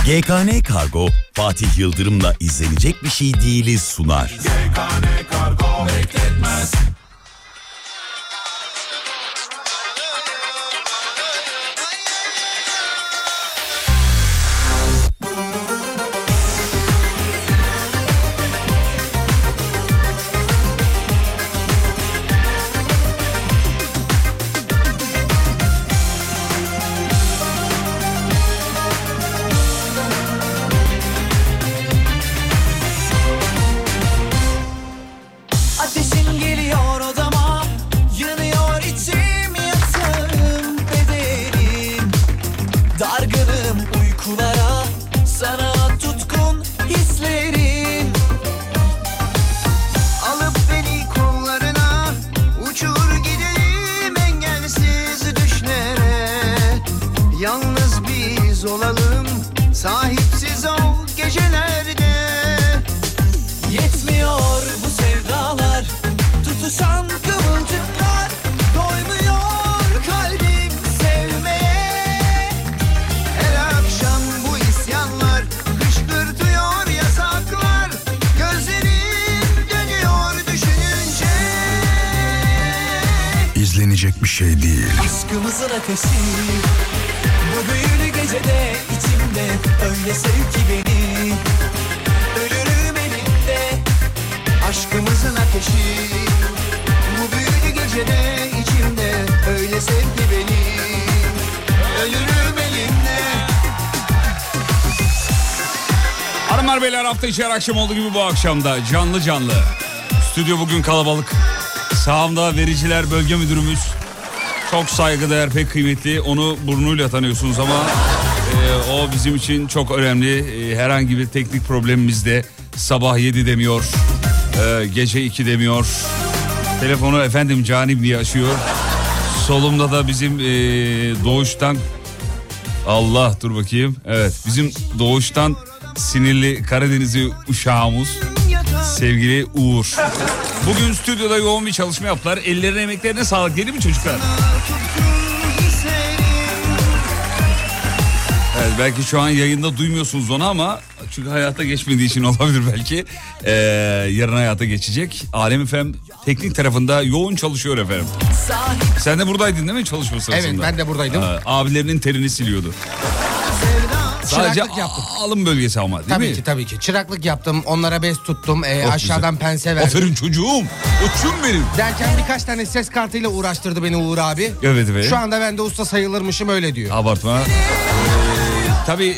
GKN Kargo Fatih Yıldırım'la izlenecek bir şey değiliz sunar. GKN Kargo bekletmez. Bir şey değil. Aşkımızın ateşi bu büyülü gecede içimde öyle sev ki beni. Ölürüm elinde. Aşkımızın ateşi bu büyülü gecede içimde öyle sev ki beni. Ölürüm elinde. Hanımlar beyler, hafta içi her akşam olduğu gibi bu akşamda canlı canlı. Stüdyo bugün kalabalık. Sağımda vericiler bölge müdürümüz. Çok saygıdeğer, pek kıymetli. Onu burnuyla tanıyorsunuz ama o bizim için çok önemli. Herhangi bir teknik problemimizde sabah 7 demiyor, gece 2 demiyor. Telefonu efendim canim diye açıyor. Solumda da bizim doğuştan... Allah dur bakayım. Evet, bizim doğuştan sinirli Karadenizli uşağımız sevgili Uğur. Bugün stüdyoda yoğun bir çalışma yaptılar. Ellerine emeklerine sağlık, değil mi çocuklar? Evet, belki şu an yayında duymuyorsunuz onu ama çünkü hayata geçmediği için olabilir belki. Yarın hayata geçecek. Alem FM teknik tarafında yoğun çalışıyor efendim. Sen de buradaydın değil mi çalışma sırasında? Evet, ben de buradaydım. Abilerinin terini siliyordu. Sadece alım bölgesi ama değil tabii mi? Tabii ki. Çıraklık yaptım. Onlara bez tuttum. Aşağıdan güzel. Pense verdim. Aferin çocuğum. Koçum benim. Derken birkaç tane ses kartıyla uğraştırdı beni Uğur abi. Evet evet. Şu anda ben de usta sayılırmışım, öyle diyor. Abartma. Tabii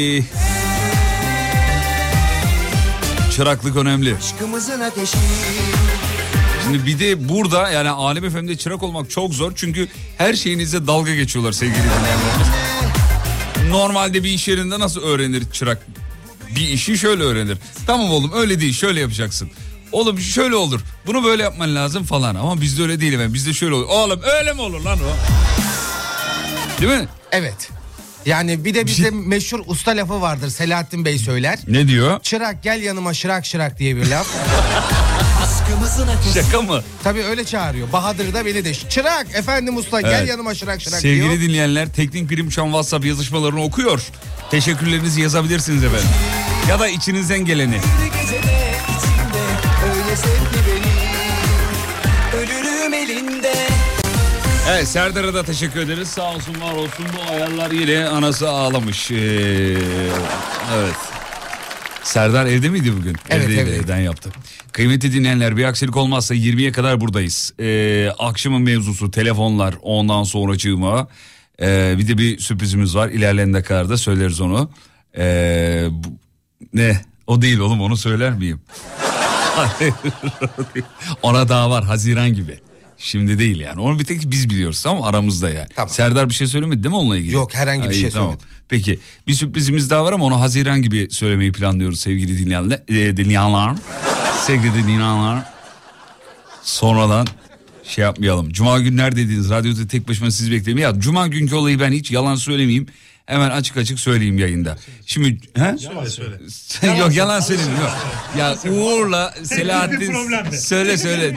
çıraklık önemli. Şimdi bir de burada yani Alem FM'de çırak olmak çok zor. Çünkü her şeyinize dalga geçiyorlar sevgili dinleyenlerimiz. Normalde bir iş yerinde nasıl öğrenir çırak? Bir işi şöyle öğrenir. Tamam oğlum, öyle değil, şöyle yapacaksın. Oğlum şöyle olur, bunu böyle yapman lazım falan. Ama bizde öyle değil efendim. Bizde şöyle olur. Oğlum öyle mi olur lan o? Değil mi? Evet. Yani bir de bizde meşhur usta lafı vardır. Selahattin Bey söyler. Ne diyor? Çırak gel yanıma şırak şırak diye bir laf. Şaka mı? Tabii öyle çağırıyor. Bahadır da beni de. Çırak efendim usta gel evet. Yanıma şırak şırak sevgili diyor. Sevgili dinleyenler, Teknik Birim şu an WhatsApp yazışmalarını okuyor. Teşekkürlerinizi yazabilirsiniz efendim. Ya da içinizden geleni. Ölürüm elinde. Evet, Serdar'a da teşekkür ederiz. Sağ olsun var olsun, bu ayarlar yine anası ağlamış. Evet. Serdar evde miydi bugün? Evet, Evdeydi, evet. Evden yaptı. Kıymetli dinleyenler, bir aksilik olmazsa 20'ye kadar buradayız. Akşamın mevzusu telefonlar, ondan sonracığıma. Bir de bir sürprizimiz var. İlerleyen dakikalarda söyleriz onu. Ne? O değil oğlum, onu söyler miyim? Ona daha var, Haziran gibi. Şimdi değil yani. Onu bir tek biz biliyoruz, tamam, aramızda yani. Tamam. Serdar bir şey söylemedi değil mi onunla ilgili? Yok, herhangi bir şey tamam. söylemedi. Peki bir sürprizimiz daha var ama onu Haziran gibi söylemeyi planlıyoruz sevgili dinleyenler. Sevgili dinleyenler. Sonradan şey yapmayalım. Cuma günler dediğiniz radyoda tek başıma siz bekleyin. Ya Cuma günkü olayı ben hiç yalan söylemeyeyim. Hemen açık açık söyleyeyim yayında. Şimdi söyle. Yok yalan söyleyeyim. Yok. Ya Uğur'la Selahattin söyle.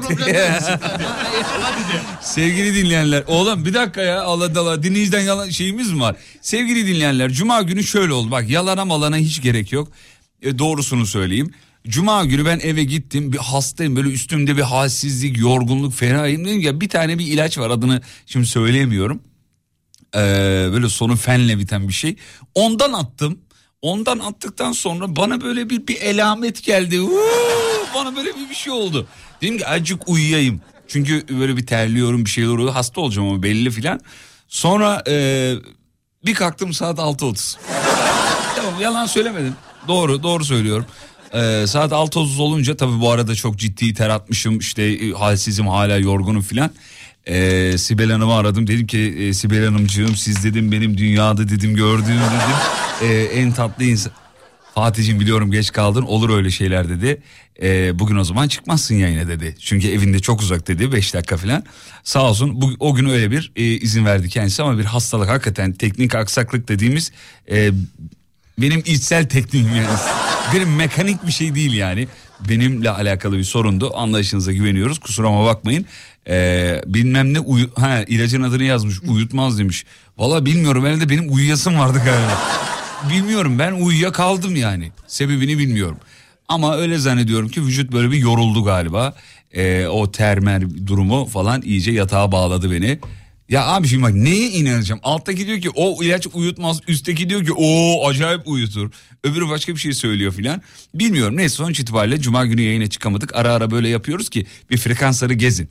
Sevgili dinleyenler, oğlum bir dakika ya, Allah dinleyiciden yalan şeyimiz mi var? Sevgili dinleyenler, Cuma günü şöyle oldu. Bak yalana malana hiç gerek yok. Doğrusunu söyleyeyim. Cuma günü ben eve gittim, bir hastayım, böyle üstümde bir halsizlik, yorgunluk, fenayım dedim ya, bir tane bir ilaç var, adını şimdi söyleyemiyorum. Böyle sonu fenle biten bir şey. Ondan attım. Ondan attıktan sonra bana böyle bir elamet geldi. Bana böyle bir şey oldu. Dedim ki azıcık uyuyayım. Çünkü böyle bir terliyorum, bir şeyler oluyor. Hasta olacağım ama belli filan. Sonra bir kalktım saat 6.30. Tamam, yalan söylemedim. Doğru söylüyorum. Saat 6.30 olunca tabii bu arada çok ciddi ter atmışım. İşte halsizim, hala yorgunum filan. Sibel Hanım'ı aradım, dedim ki Sibel Hanımcığım, siz dedim benim dünyada dedim gördüğüm dedim en tatlı insan. Fatih'cim biliyorum geç kaldın, olur öyle şeyler dedi. Bugün o zaman çıkmazsın yayına dedi. Çünkü evinde çok uzak dedi, 5 dakika falan. Sağ olsun o gün öyle bir izin verdi kendisi, ama bir hastalık, hakikaten teknik aksaklık dediğimiz benim içsel tekniğim yani. Benim mekanik bir şey değil yani. Benimle alakalı bir sorundu. Anlayışınıza güveniyoruz. Kusuruma bakmayın. Bilmem ne ilacın adını yazmış. Uyutmaz demiş. Valla bilmiyorum. Herhalde benim uyuyasım vardı galiba. Bilmiyorum, ben uyuyakaldım yani. Sebebini bilmiyorum. Ama öyle zannediyorum ki vücut böyle bir yoruldu galiba. O termer durumu falan iyice yatağa bağladı beni. Ya abi şimdi bak, neye inanacağım? Alttaki diyor ki o ilaç uyutmaz. Üstteki diyor ki o acayip uyutur. Öbürü başka bir şey söylüyor filan. Bilmiyorum. Neyse, sonuç itibariyle Cuma günü yayına çıkamadık. Ara ara böyle yapıyoruz ki bir frekansları gezin.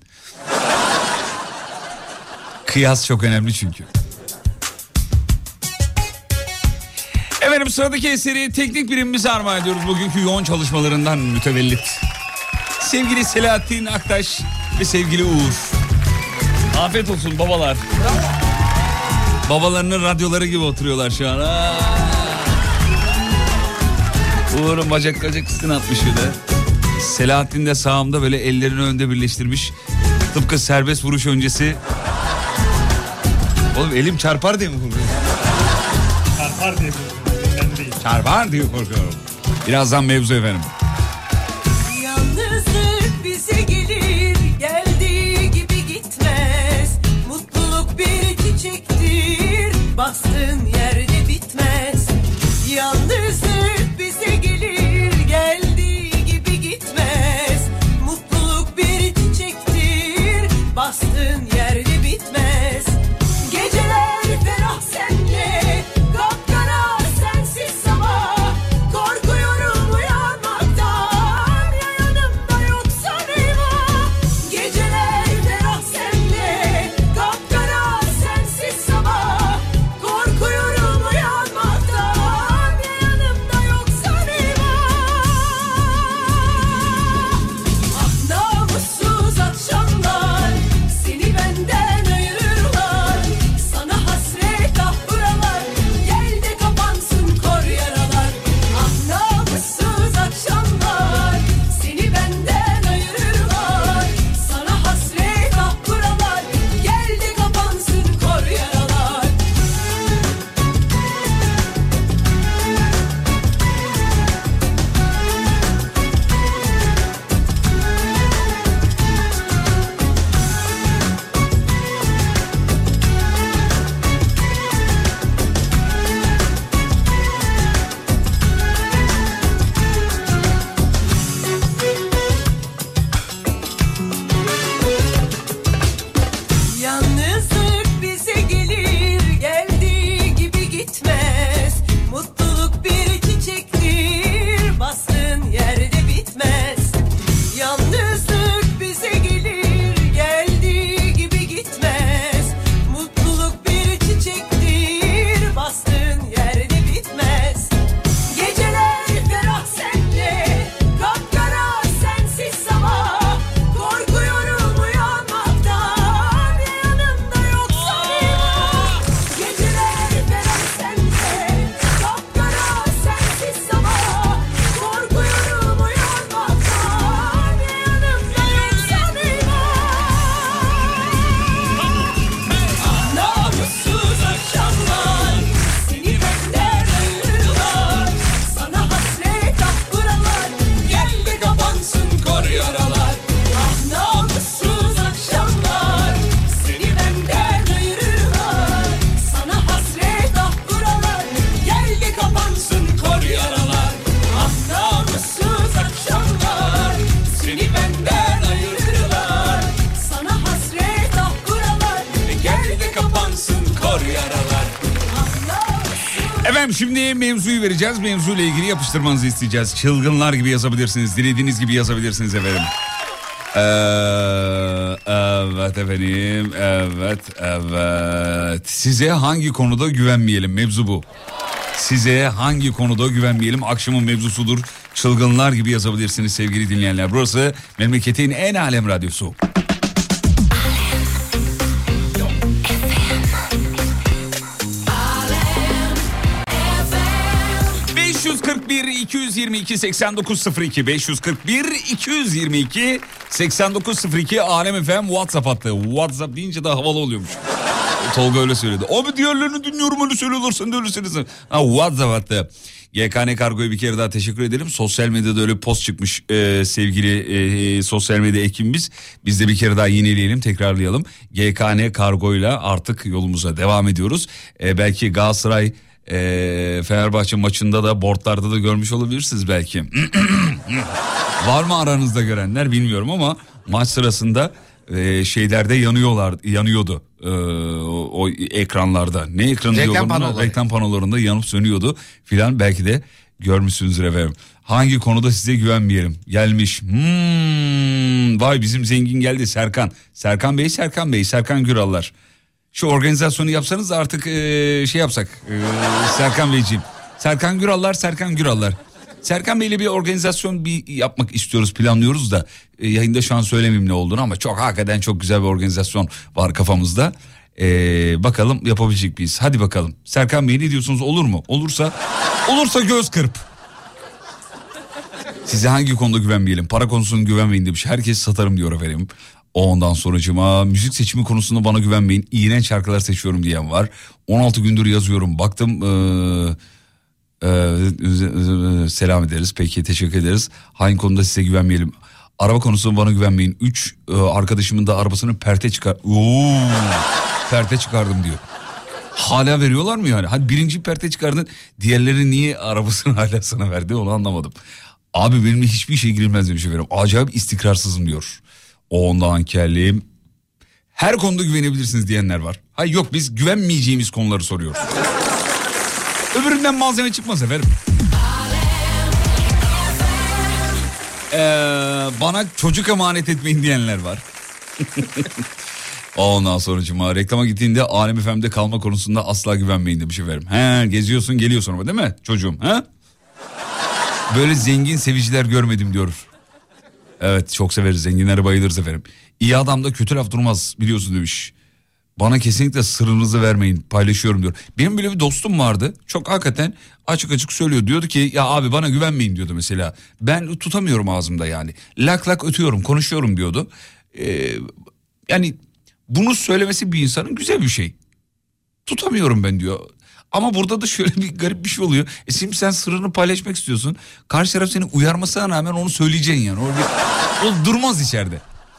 Kıyas çok önemli çünkü. Efendim, sıradaki eseri teknik birimimize armağan ediyoruz. Bugünkü yoğun çalışmalarından mütevellit. Sevgili Selahattin Aktaş ve sevgili Uğur. Afiyet olsun babalar. Babalarının radyoları gibi oturuyorlar şu an. Uğur'un bacak üstüne atmış bir de. Selahattin de sağımda böyle ellerini önde birleştirmiş. Tıpkı serbest vuruş öncesi. Oğlum elim çarpar diye mi korkuyorum? Çarpar diye korkuyorum. Çarpar diye korkuyorum. Birazdan mevzu efendim. Yalnızlık bize gelir, geldiği gibi gitmez. Mutluluk bir çiçektir, bastığın yerde bitmez. Yalnızlık bize gelir, geldiği gibi gitmez. Mutluluk bir çiçektir, bastığın yerde bitmez. Geceler ferah senle, kapkara sensiz sabah. Korkuyorum uyanmaktan, ya yanımda yoksan eyvah. Geceler ferah senle, kapkara sensiz sabah. Korkuyorum Efendim şimdi mevzuyu vereceğiz. Mevzuyla ilgili yapıştırmanızı isteyeceğiz. Çılgınlar gibi yazabilirsiniz. Dilediğiniz gibi yazabilirsiniz efendim. Evet efendim. Evet. Size hangi konuda güvenmeyelim? Mevzu bu. Size hangi konuda güvenmeyelim? Akşamın mevzusudur. Çılgınlar gibi yazabilirsiniz sevgili dinleyenler. Burası memleketin en alem radyosu. 541-222-8902 541-222-8902 Alem FM WhatsApp hattı. WhatsApp deyince daha havalı oluyormuş. Tolga öyle söyledi. Abi diğerlerini dinliyorum, öyle söylüyorlar, sen de öyle söylüyorsun. WhatsApp hattı. GKN Kargo'ya bir kere daha teşekkür ederim. Sosyal medyada öyle post çıkmış sevgili sosyal medya ekibimiz. Biz de bir kere daha yineleyelim, tekrarlayalım. GKN Kargo'yla artık yolumuza devam ediyoruz. Belki Galatasaray Fenerbahçe maçında da boardlarda da görmüş olabilirsiniz belki. Var mı aranızda görenler bilmiyorum ama maç sırasında şeylerde yanıyordu. O ekranlarda. Ne ekranı diyorlar? Reklam panolarında yanıp sönüyordu filan, belki de görmüşsünüzdür efendim. Hangi konuda size güvenmeyelim? Gelmiş. Vay bizim zengin geldi Serkan. Serkan Bey, Serkan Gürallar. Şu organizasyonu yapsanız artık şey yapsak. Serkan Beyciğim. Serkan Gürallar. Serkan Bey'le bir organizasyon yapmak istiyoruz, planlıyoruz da yayında şu an söylemeyeyim ne olduğunu, ama hakikaten çok güzel bir organizasyon var kafamızda. Bakalım yapabilecek miyiz? Hadi bakalım. Serkan Bey ne diyorsunuz, olur mu? Olursa göz kırp. Size hangi konuda güvenmeyelim? Para konusunda güvenmeyin demiş. Herkes satarım diyor efendim. Ondan sonracıma müzik seçimi konusunda bana güvenmeyin. İğrenç şarkılar seçiyorum diyen var. 16 gündür yazıyorum. Baktım selam ederiz. Peki teşekkür ederiz. Hangi konuda size güvenmeyelim? Araba konusunda bana güvenmeyin. 3 arkadaşımın da arabasını perte çıkardım diyor. Hala veriyorlar mı yani? Hadi birinci perte çıkardın. Diğerleri niye arabasını hala sana verdi, onu anlamadım. Abi benimle hiçbir şey girilmez demiş efendim. Acayip istikrarsızım diyor. Ondan kellim. Her konuda güvenebilirsiniz diyenler var. Hayır yok, biz güvenmeyeceğimiz konuları soruyoruz. Öbüründen malzeme çıkmaz efendim. Bana çocuk emanet etmeyin diyenler var. Ondan sonracığıma reklama gittiğinde Alem FM'de kalma konusunda asla güvenmeyin demiş efendim. Geziyorsun geliyorsun ama değil mi çocuğum? Böyle zengin seviciler görmedim diyor. Evet çok severiz, zenginlere bayılırız efendim. İyi adamda kötü laf durmaz biliyorsun demiş. Bana kesinlikle sırrınızı vermeyin, paylaşıyorum diyor. Benim böyle bir dostum vardı, çok hakikaten açık açık söylüyor. Diyordu ki ya abi bana güvenmeyin diyordu mesela. Ben tutamıyorum ağzımda yani. Lak lak ötüyorum, konuşuyorum diyordu. Yani bunu söylemesi bir insanın güzel bir şey. Tutamıyorum ben diyor. Ama burada da şöyle bir garip bir şey oluyor. Şimdi sen sırrını paylaşmak istiyorsun. Karşı taraf seni uyarmasına rağmen onu söyleyeceksin yani. O durmaz içeride.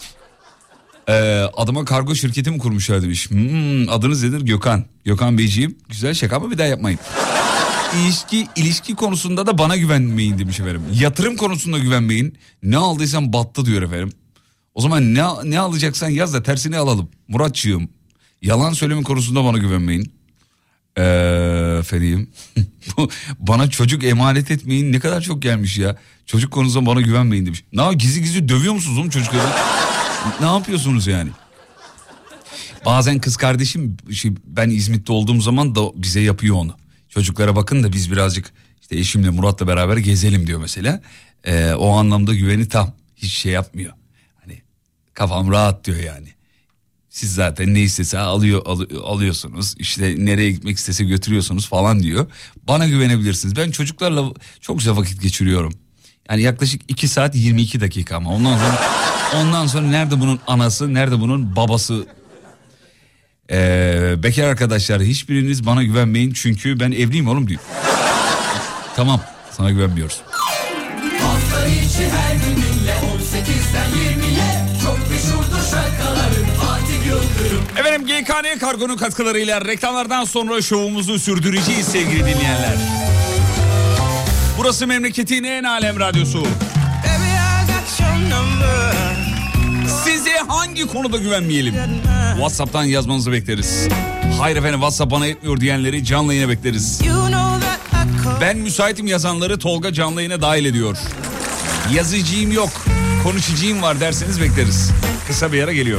Adıma kargo şirketi mi kurmuşlar demiş. Adınız nedir? Gökhan. Gökhan Beyciğim. Güzel şaka ama bir daha yapmayın. İlişki konusunda da bana güvenmeyin demiş efendim. Yatırım konusunda güvenmeyin. Ne aldıysan battı diyor efendim. O zaman ne alacaksan yaz da tersini alalım. Muratçığım. Yalan söyleme konusunda bana güvenmeyin. Efendim. Bana çocuk emanet etmeyin, ne kadar çok gelmiş ya. Çocuk konusunda bana güvenmeyin demiş. Gizli dövüyor musunuz oğlum çocukları? Ne yapıyorsunuz yani? Bazen kız kardeşim ben İzmit'te olduğum zaman da bize yapıyor onu. Çocuklara bakın da biz birazcık işte eşimle Murat'la beraber gezelim diyor mesela. O anlamda güveni tam, hiç şey yapmıyor. Hani kafam rahat diyor yani. Siz zaten ne istese alıyorsunuz. İşte nereye gitmek istese götürüyorsunuz falan diyor. Bana güvenebilirsiniz. Ben çocuklarla çok güzel vakit geçiriyorum. Yani yaklaşık 2 saat 22 dakika ama ondan sonra nerede bunun anası, nerede bunun babası? Bekar arkadaşlar hiçbiriniz bana güvenmeyin çünkü ben evliyim oğlum diyor. Tamam, sana güvenmiyoruz. Hafta içi her gününle 18'den 20'ye çok meşhurdur şarkıların Fatih Yıldırım. Efendim GKN Kargo'nun katkılarıyla reklamlardan sonra şovumuzu sürdüreceğiz sevgili dinleyenler. Burası memleketin en alem radyosu. Size hangi konuda güvenmeyelim? WhatsApp'tan yazmanızı bekleriz. Hayır efendim WhatsApp bana yetmiyor diyenleri canlı yayına bekleriz. Ben müsaitim yazanları Tolga canlı yayına dahil ediyor. Yazıcıyım yok, konuşucuyum var derseniz bekleriz. Kısa bir ara geliyor.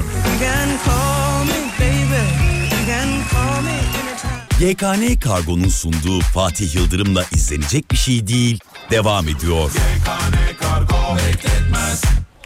YKN Kargo'nun sunduğu Fatih Yıldırım'la izlenecek bir şey değil devam ediyor. YKN Kargo bekletmez.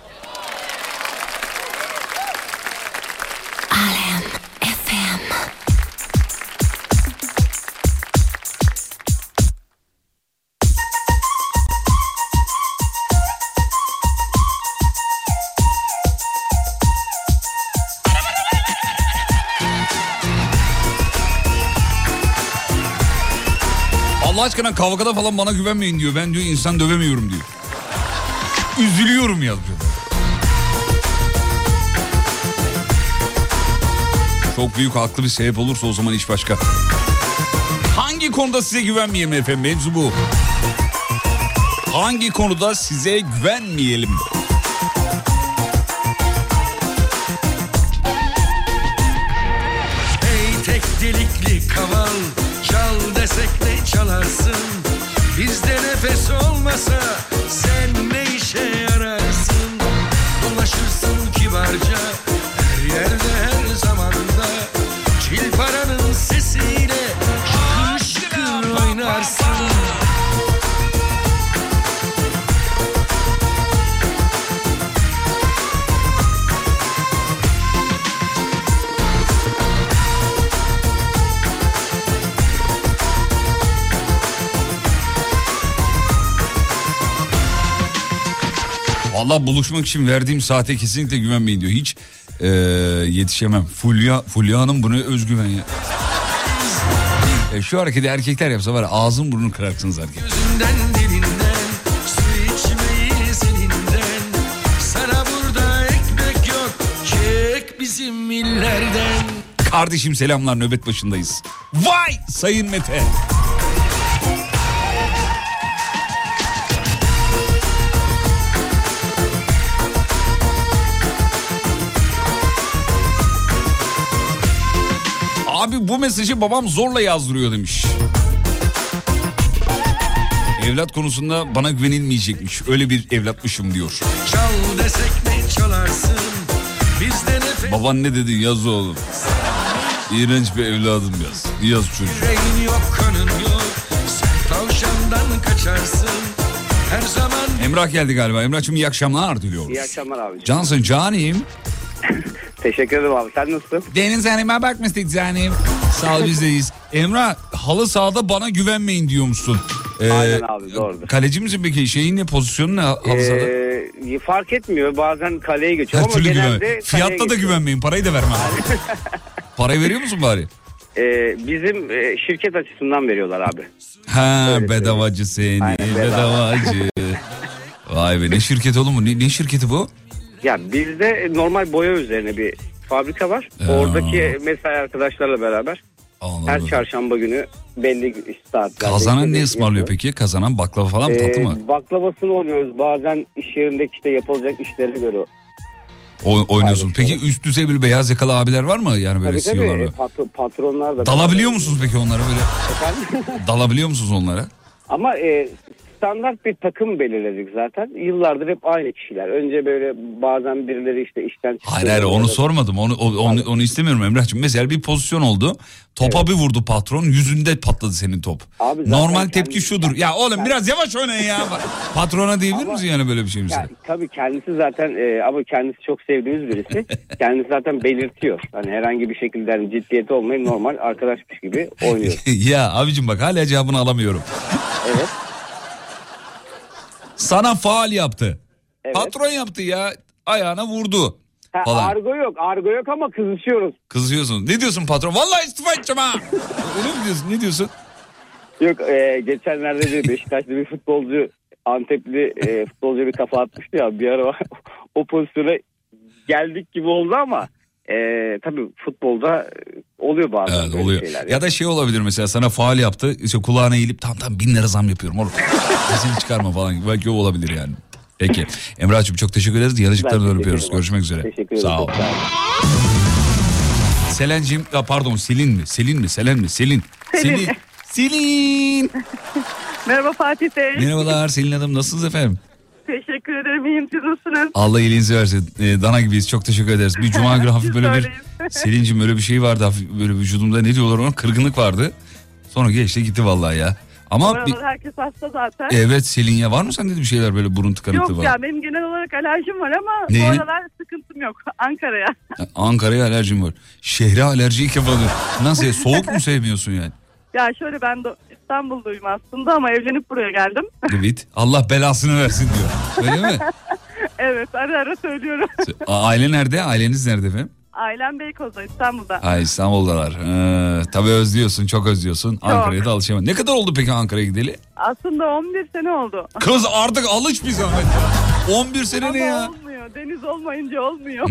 Allah aşkına kavgada falan bana güvenmeyin diyor. Ben diyor insan dövemiyorum diyor. Üzülüyorum yazıyor. Çok büyük haklı bir sebep olursa o zaman iş başka. Hangi konuda size güvenmeyelim efendim? Mevzu bu. Hangi konuda size güvenmeyelim? Ey tek delikli kaval, çal desek ne çalarsın? Bizde nefes olmasa sen ne işe yararsın? Dolaşırsın kibarca her yerde her zamanda, çilparanın sesiyle şıkır şıkır oynarsın. Vallahi buluşmak için verdiğim saate kesinlikle güvenmeyin diyor. Hiç yetişemem. Fulya Hanım bu ne özgüven ya. Şu hareketi erkekler yapsa var ya, ağzın burnunu kırarsınız erkek. Gözünden dilinden su içmeyi seninden, sana burada ekmek yok, çek bizim illerden. Kardeşim selamlar, nöbet başındayız. Vay Sayın Mete. Abi bu mesajı babam zorla yazdırıyor demiş. Evlat konusunda bana güvenilmeyecekmiş. Öyle bir evlatmışım diyor. Çal desek ne çalarsın? Bizde nefes. Baban ne dedi yaz oğlum. İğrenç bir evladım yaz. Yaz çocuğu. Yüreğin yok, kanın yok. Sen tavşandan kaçarsın. Her zaman. Emrah geldi galiba. Emrah'cığım iyi akşamlar diliyoruz. İyi akşamlar abi. Cansın canım. Teşekkür ederim abi. Sen nasılsın? Deniz Hanım'a bakmıştık canım. Sağ ol bizdeyiz. Emrah halı sahada bana güvenmeyin diyor musun? Aynen abi doğrudur. Kaleci misin peki? Şeyin ne, pozisyonu ne halı sahada? Fark etmiyor. Bazen kaleye geçiyor ama genelde fiyatta da güvenmeyin. Parayı da vermem. Parayı veriyor musun bari? Bizim şirket açısından veriyorlar abi. Ha öyle bedavacı seni. Aynen, bedavacı. Vay be, ne şirketi oğlum bu? Ne şirketi bu? Ya bizde normal boya üzerine bir fabrika var. Oradaki mesai arkadaşlarla beraber Anladım. her çarşamba günü belli saatlerde. Kazanan ne ısmarlıyor peki? Kazanan baklava falan mı, tatlı mı? Baklavasını oynuyoruz. Bazen iş yerindeki işte yapılacak işlere göre. Oynuyorsun. Peki üst düzey bir beyaz yakalı abiler var mı? Yani böyle tabii, patronlar da. Dalabiliyor musunuz peki onlara böyle? Dalabiliyor musunuz onlara? Ama standart bir takım belirledik zaten. Yıllardır hep aynı kişiler. Önce böyle bazen birileri işte işten çıkıyor. Hayır onu sormadım. Onu istemiyorum Emrah'cığım. Mesela bir pozisyon oldu. Topa bir vurdu patron. Yüzünde patladı senin top. Abi normal tepki şudur. Ya oğlum biraz yavaş oynayın ya. Patrona diyebilir misin yani böyle bir şey mesela? Tabii kendisi zaten ama kendisi çok sevdiğimiz birisi. Kendisi zaten belirtiyor. Hani herhangi bir şekilde hani ciddiyeti olmayıp normal arkadaşmış gibi oynuyor. Ya abicim bak hala cevabını alamıyorum. Evet. Sana faal yaptı. Evet. Patron yaptı ya. Ayağına vurdu. Falan. Argo yok ama kızışıyoruz. Kızıyorsun. Ne diyorsun patron? Vallahi istifa edeceğim ha. Öyle mi diyorsun? Ne diyorsun? Yok geçenlerde de Beşiktaş'ta bir futbolcu, Antepli futbolcu bir kafa atmıştı ya. Bir ara o pozisyona geldik gibi oldu ama tabii futbolda oluyor bazen. Evet oluyor. Şeyler ya da şey olabilir mesela, sana faal yaptı. İşte kulağına eğilip tamam 1000 lira zam yapıyorum oğlum. Sesini çıkarma falan. Belki o olabilir yani. Peki. Emrah'cığım çok teşekkür ederiz. Yanıcıklarını öpüyoruz. Görüşmek üzere. Teşekkür ederim. Sağ ol. Selen'cim, pardon Selin mi? Selin mi? Selen mi? Selin. Selin. Merhaba Fatih Bey. Merhabalar Selin Hanım, nasılsınız efendim? Teşekkür ederim, iyiyim, siz nasılsınız? Allah iyiliğinizi versin. Dana gibiyiz, çok teşekkür ederiz. Bir cuma günü hafif böyle bir Selin'cim öyle bir şey vardı, hafif böyle vücudumda ne diyorlar ona, kırgınlık vardı. Sonra geçti gitti vallahi ya. Ama herkes hasta zaten. Evet Selin ya, var mı sende de bir şeyler böyle burun tıkanıklığı var? Yok ya, benim genel olarak alerjim var ama ne? Bu aralar sıkıntım yok. Ankara'ya. Ankara'ya alerjim var. Şehre alerji ilk defa. Nasıl ya, soğuk mu sevmiyorsun yani? Ya şöyle, ben de İstanbul'duyum aslında ama evlenip buraya geldim. Evet, Allah belasını versin diyor. Öyle mi? Evet, ara söylüyorum. Aile nerede? Aileniz nerede efendim? Ailem Beykoz'da, İstanbul'da. Ha, İstanbul'dalar. Tabii özlüyorsun, çok özlüyorsun. Çok. Ankara'ya da alışamadın. Ne kadar oldu peki Ankara'ya gideli? Aslında 11 sene oldu. Kız artık alış bir zahmet. 11 sene ama ne ya? Olmuyor, deniz olmayınca olmuyor.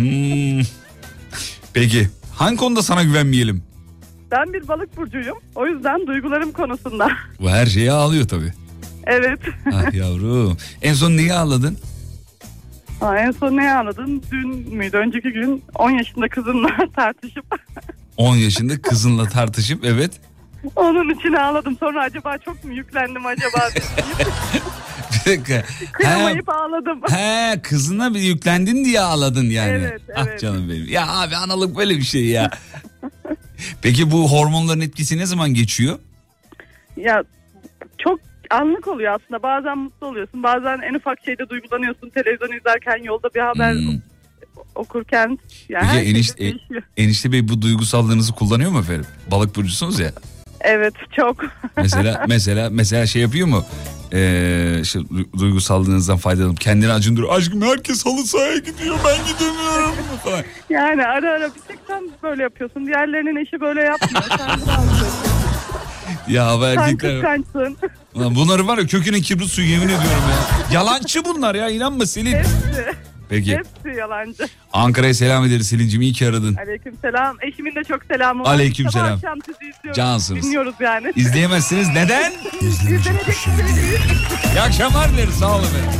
Peki, hangi konuda sana güvenmeyelim? Ben bir balık burcuyum. O yüzden duygularım konusunda. Bu her şeye ağlıyor tabii. Evet. Ah yavrum. En son neyi ağladın? En son neyi ağladın? Dün müydü? Önceki gün 10 yaşında kızımla tartışıp. 10 yaşında kızınla tartışıp evet. Onun için ağladım. Sonra acaba çok mu yüklendim acaba? Bir dakika. Kıyamayıp ağladım. Kızına bir yüklendin diye ağladın yani. Evet. Ah canım benim. Ya abi, analık böyle bir şey ya. Peki bu hormonların etkisi ne zaman geçiyor? Ya çok anlık oluyor aslında. Bazen mutlu oluyorsun. Bazen en ufak şeyde duygulanıyorsun. Televizyon izlerken, yolda bir haber okurken. Yani peki enişte bey bu duygusallığınızı kullanıyor mu efendim? Balık burcusunuz ya. Evet, çok. Mesela şey yapıyor mu? İşte duygusallığınızdan faydalanıp kendini acındırıyor. Aşkım herkes halı sahaya gidiyor, ben gidemiyorum falan. Yani ara bir tek sen böyle yapıyorsun. Diğerlerinin eşi böyle yapmıyor. Sen bunu alıyorsun. Ya bu erkekler. Sen kıskançsın. Bunları var ya, köküne kibrit suyu, yemin ediyorum ya. Yalancı bunlar ya, inanma Selin. Hepsi. Peki. Hepsi yalancı. Ankara'ya selam ederiz Selin'cim, iyi ki aradın. Aleykümselam. Eşimin de çok selamı var. Aleykümselam. Sabah akşam sizi izliyoruz. Cansınız. Dinliyoruz yani. İzleyemezsiniz. Neden? İzlenecek bir şey değil. İyi akşamlar dileriz. Sağ olun efendim.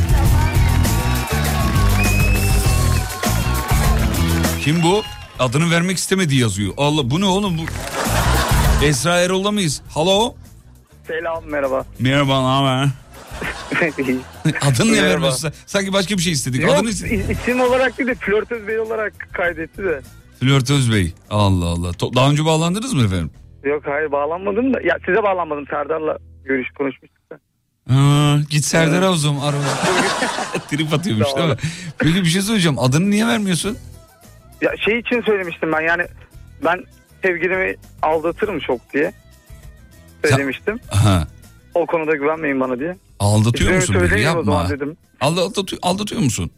Kim bu? Adını vermek istemedi yazıyor. Allah, bu ne oğlum bu? Esra Erol'da mıyız? Hello. Selam, merhaba. Merhaba, ne haber? Adını ne vermiyorsun? Sanki başka bir şey istedik. Yok, Adını istedik. isim olarak değil de Flörtöz Bey olarak kaydetti de. Flörtöz Bey. Allah Allah. Daha önce bağlandınız mı efendim? Yok, hayır bağlanmadım da. Ya size bağlanmadım. Serdar'la konuşmuştuk da. Git Serdar'a o zaman ara. Trip atıyormuş değil mi? Peki bir şey söyleyeceğim. Adını niye vermiyorsun? Ya şey için söylemiştim ben, yani ben sevgilimi aldatırım çok diye söylemiştim. Aha. O konuda güvenmeyin bana diye. Aldatıyor musun dedi, yapma. O zaman dedim. Aldatıyor musun?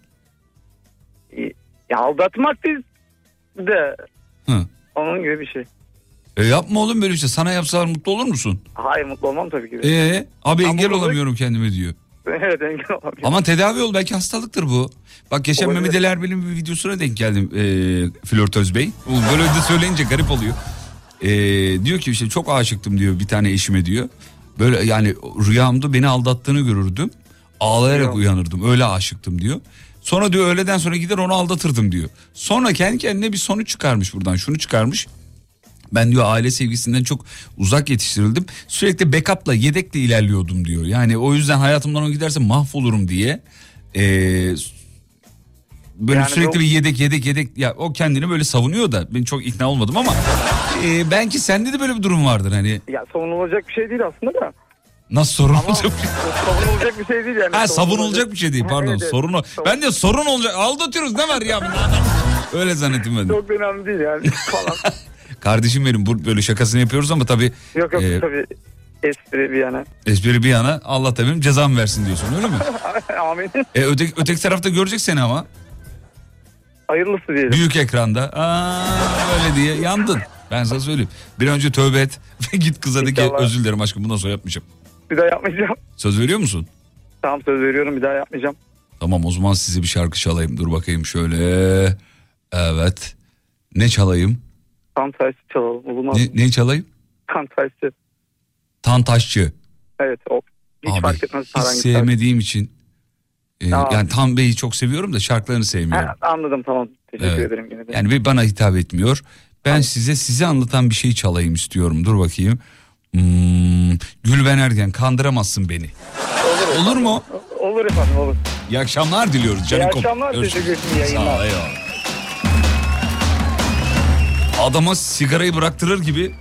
Ya aldatmak değil de onun gibi bir şey. Yapma oğlum böyle bir şey. Sana yapsalar mutlu olur musun? Hayır, mutlu olmam tabii ki de. Abi engel olamıyorum kendime diyor. Evet, engel olamıyorum. Ama tedavi ol, belki hastalıktır bu. Bak geçen Mehmet Ali Erbil'in bir videosuna denk geldim Flörtöz Bey. Böyle de söyleyince garip oluyor. Diyor ki işte çok aşıktım diyor bir tane eşime diyor. Böyle yani rüyamda beni aldattığını görürdüm. Ağlayarak uyanırdım, öyle aşıktım diyor. Sonra diyor öğleden sonra gider onu aldatırdım diyor. Sonra kendi kendine bir sonuç çıkarmış buradan, şunu çıkarmış. Ben diyor aile sevgisinden çok uzak yetiştirildim. Sürekli backup'la, yedekle ilerliyordum diyor. Yani o yüzden hayatımdan o giderse mahvolurum diye. Böyle yani sürekli bir yedek. Ya o kendini böyle savunuyor da ben çok ikna olmadım ama belki sende de böyle bir durum vardır hani. Ya savunulacak bir şey değil aslında da. Nasıl savunulacak? Savunulacak bir şey değil yani. Savunulacak bir şey değil, pardon. Evet. Sorun o. Ben de sorun olacak. Aldatıyoruz ne var ya? Öyle zannettim ben de. Çok önemli değil yani falan. Kardeşim benim, böyle şakasını yapıyoruz ama tabii. Yok tabii. Espri bir yana. Espri bir yana, Allah tabii cezam versin diyorsun, öyle mi? Amin. Öteki tarafta görecek seni ama. Hayırlısı diyelim. Büyük ekranda. Öyle diye yandın. Ben sana söyleyeyim. Bir önce tövbe et ve git kıza de ki özür dilerim aşkım, bundan sonra yapmayacağım. Bir daha yapmayacağım. Söz veriyor musun? Tamam, söz veriyorum, bir daha yapmayacağım. Tamam, o zaman size bir şarkı çalayım. Dur bakayım şöyle. Evet. Ne çalayım? Tantaşçı çalalım. Ne çalayım? Tantaşçı. Tantaşçı. Evet, o. Hiç fark etmez. Hiç sevmediğim için. Yani Tan Bey'i çok seviyorum da şarkılarını sevmiyorum. Anladım, tamam. Teşekkür ederim yine de. Yani bana hitap etmiyor. Ben sizi anlatan bir şey çalayım istiyorum. Dur bakayım. Gülben Ergen, kandıramazsın beni. Olur mu? Olur efendim, olur. İyi akşamlar diliyoruz. İyi akşamlar, teşekkür ederim. Sağ ol, eyvallah. Adama sigarayı bıraktırır gibi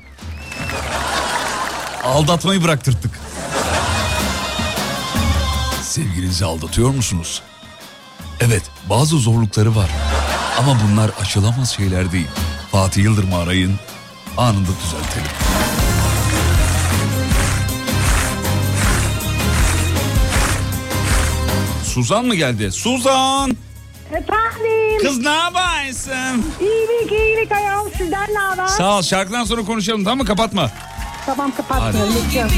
aldatmayı bıraktırdık. Sevgilinizi aldatıyor musunuz? Evet, bazı zorlukları var. Ama bunlar aşılamaz şeyler değil. Fatih Yıldırım'ı arayın, anında düzeltelim. Suzan mı geldi? Suzan! Efendim. Kız ne yaparsın? İyilik ayağım, sizden ne haber? Sağ ol, şarkıdan sonra konuşalım, tamam mı? Kapatma. Tamam, kapatmıyorum.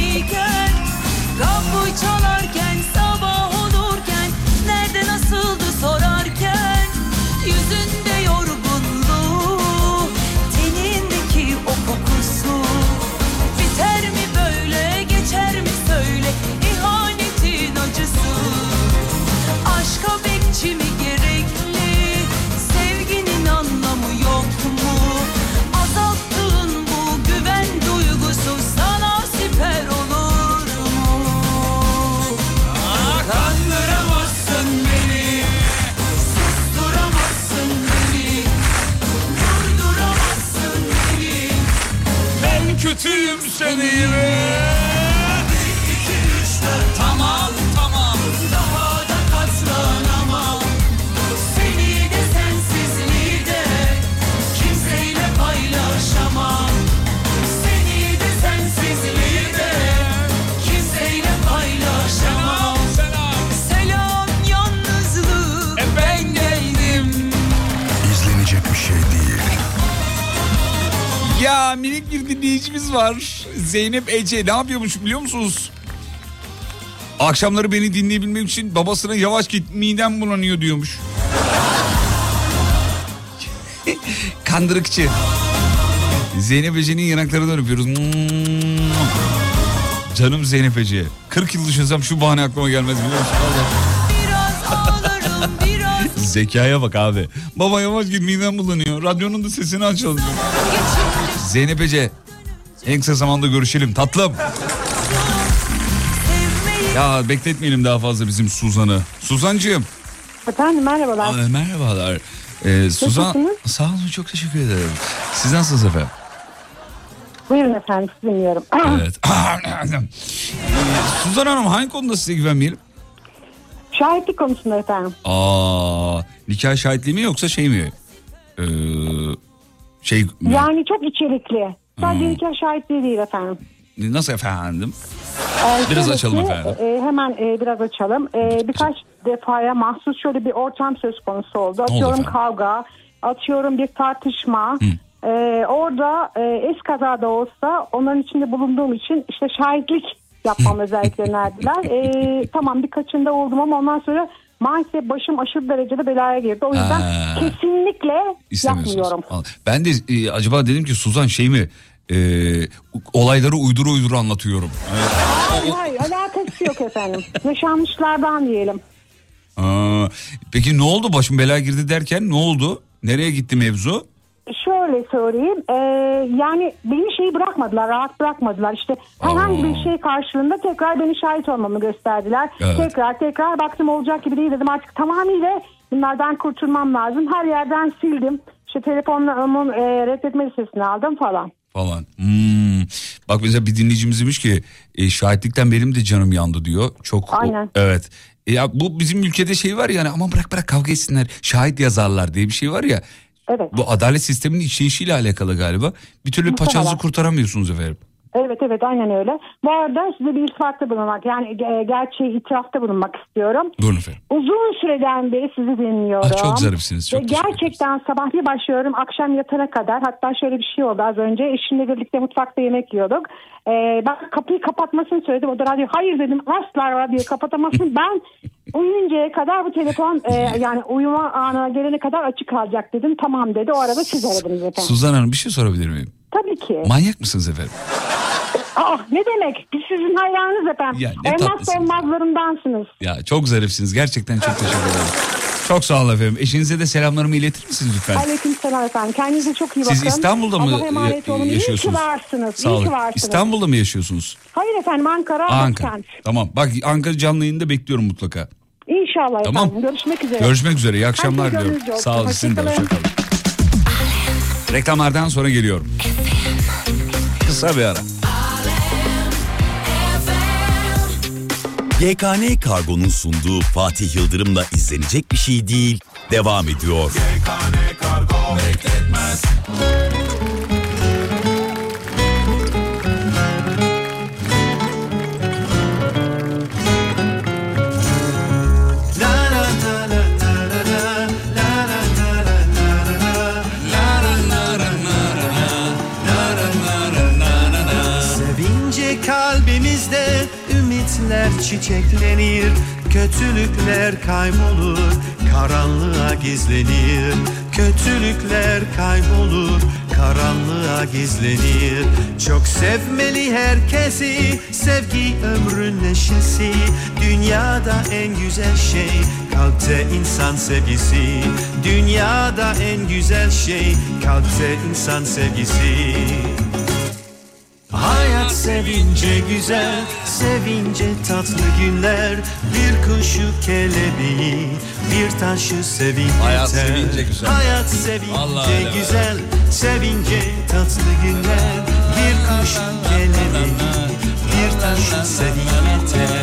Kapı çalarken, sabah olurken, nerede nasıldı sorarken, yüzünde yorgunluğu, tenindeki o kokusu, biter mi böyle, geçer mi söyle, ihanetin acısı, aşka bekçi mi gerekli, sevginin anlamı yok mu, azalttığın bu güven duygusu sana siper olur mu? Kandıramazsın beni, susturamazsın beni, durduramazsın beni. Ben kötüyüm seni. Bir, iki, üç, dört, tamam tamam, daha da katlanamam. Seni de sensizliği de kimseyle paylaşamam. Seni de sensizliği de kimseyle paylaşamam. Selam yalnızlığı, ben geldim. İzlenecek bir şey değil. Ya minik bir dinleyicimiz var. Zeynep Ece ne yapıyormuş biliyor musunuz? Akşamları beni dinleyebilmek için babasına yavaş git, midem bulanıyor diyormuş. Kandırıkçı. Zeynep Ece'nin yanaklarından öpüyoruz. Canım Zeynep Ece. 40 yıl düşünsem şu bahane aklıma gelmez biliyor musun? Biraz ağlarım, biraz Zekaya bak abi. Baba yavaş git, midem bulanıyor. Radyonun da sesini açalım. Zeynep Ece, en kısa zamanda görüşelim tatlım. Ya bekletmeyelim daha fazla bizim Suzan'ı. Suzancığım. Efendim, merhabalar. Merhabalar. Suzan, sağ olun, çok teşekkür ederim. Siz nasılsınız efendim? Buyurun efendim, sizi dinliyorum. Evet. Suzan Hanım, hangi konuda size güvenmeyelim? Şahitlik konusunda efendim. Nikah şahitliği mi yoksa şey mi? Şey mi? Yani çok içerikli. Sadece nikah şahitliği değil efendim. Nasıl efendim? Biraz açalım efendim. Hemen biraz açalım. Birkaç defaya mahsus şöyle bir ortam söz konusu oldu. Atıyorum kavga, atıyorum bir tartışma. Orada eskazada olsa onların içinde bulunduğum için işte şahitlik yapmam özellikle önerdiler. Tamam, birkaçında oldum ama ondan sonra maalesef başım aşırı derecede belaya girdi. O yüzden kesinlikle yapmıyorum. Ben de acaba dedim ki Suzan şey mi? Olayları uyduru anlatıyorum. Hayır, alakası yok efendim. Yaşanmışlardan diyelim. Peki ne oldu, başım belaya girdi derken ne oldu? Nereye gitti mevzu? Şöyle söyleyeyim, yani beni bırakmadılar, rahat bırakmadılar. İşte herhangi bir şey karşılığında tekrar beni şahit olmamı gösterdiler. Evet. Tekrar baktım olacak gibi değil, dedim artık tamamıyla bunlardan kurtulmam lazım. Her yerden sildim. İşte telefonumun reddetme listesini aldım falan. Bak mesela bir dinleyicimiz demiş ki şahitlikten benim de canım yandı diyor. Çok. Aynen. Evet. Ya bu bizim ülkede şey var yani, aman bırak kavga etsinler, şahit yazarlar diye bir şey var ya. Evet. Bu adalet sisteminin işleyişiyle alakalı galiba. Bir türlü paçanızı kurtaramıyorsunuz efendim. Evet aynen öyle. Bu arada size bir iltifatta bulunmak, yani gerçeği itirafta bulunmak istiyorum. Buyurun efendim. Uzun süreden beri sizi dinliyorum. Çok zarifsiniz. Çok gerçekten sabah bir başlıyorum, akşam yatana kadar. Hatta şöyle bir şey oldu az önce. Eşimle birlikte mutfakta yemek yiyorduk. Ben kapıyı kapatmasını söyledim. O da radyo hayır dedim, asla radyoyu kapatamazsın. Ben uyuyuncaya kadar bu telefon yani uyuma anına gelene kadar açık kalacak dedim. Tamam dedi. O arada siz aradınız efendim. Suzan Hanım, bir şey sorabilir miyim? Tabii ki. Manyak mısınız efendim? Ne demek? Biz sizin hayranınız efendim. Ya, olmazsa olmazlarındansınız. Ya çok zarifsiniz. Gerçekten çok teşekkür ederim. Çok sağ olun efendim. Eşinize de selamlarımı iletir misiniz lütfen? Aleyküm Selam efendim. Kendinize çok iyi bakın. Siz İstanbul'da mı Allah'a emanet olun. yaşıyorsunuz? İyi ki varsınız. Sağ İyi olun. ki varsınız. İstanbul'da mı yaşıyorsunuz? Hayır efendim, Ankara. Başkent. Tamam. Bak Ankara canlı yayında bekliyorum mutlaka. İnşallah Tamam. efendim. Görüşmek üzere. Görüşmek üzere. İyi akşamlar Herkes diliyorum. gönlünüzce olsun. Sağ olun. Sizin de Hoşçakalın. hoşçakalın. Reklamlardan sonra geliyorum. Kısa bir ara. GKN Kargo'nun sunduğu Fatih Yıldırım'la izlenecek bir şey değil devam ediyor. GKN Kargo bekletmez. Sevince kalbimizde ümitler çiçeklenir, kötülükler kaybolur, karanlığa gizlenir. Kötülükler kaybolur, karanlığa gizlenir. Çok sevmeli herkesi, sevgi ömrün neşesi. Dünyada en güzel şey, kalpte insan sevgisi. Dünyada en güzel şey, kalpte insan sevgisi. Hayat sevince güzel, sevince tatlı günler. Bir kuşu kelebeği, bir taşı sevince. Hayat sevince güzel. Hayat sevince Vallahi güzel, sevince tatlı günler. Bir kuşu kelebeği, bir taşı sevince.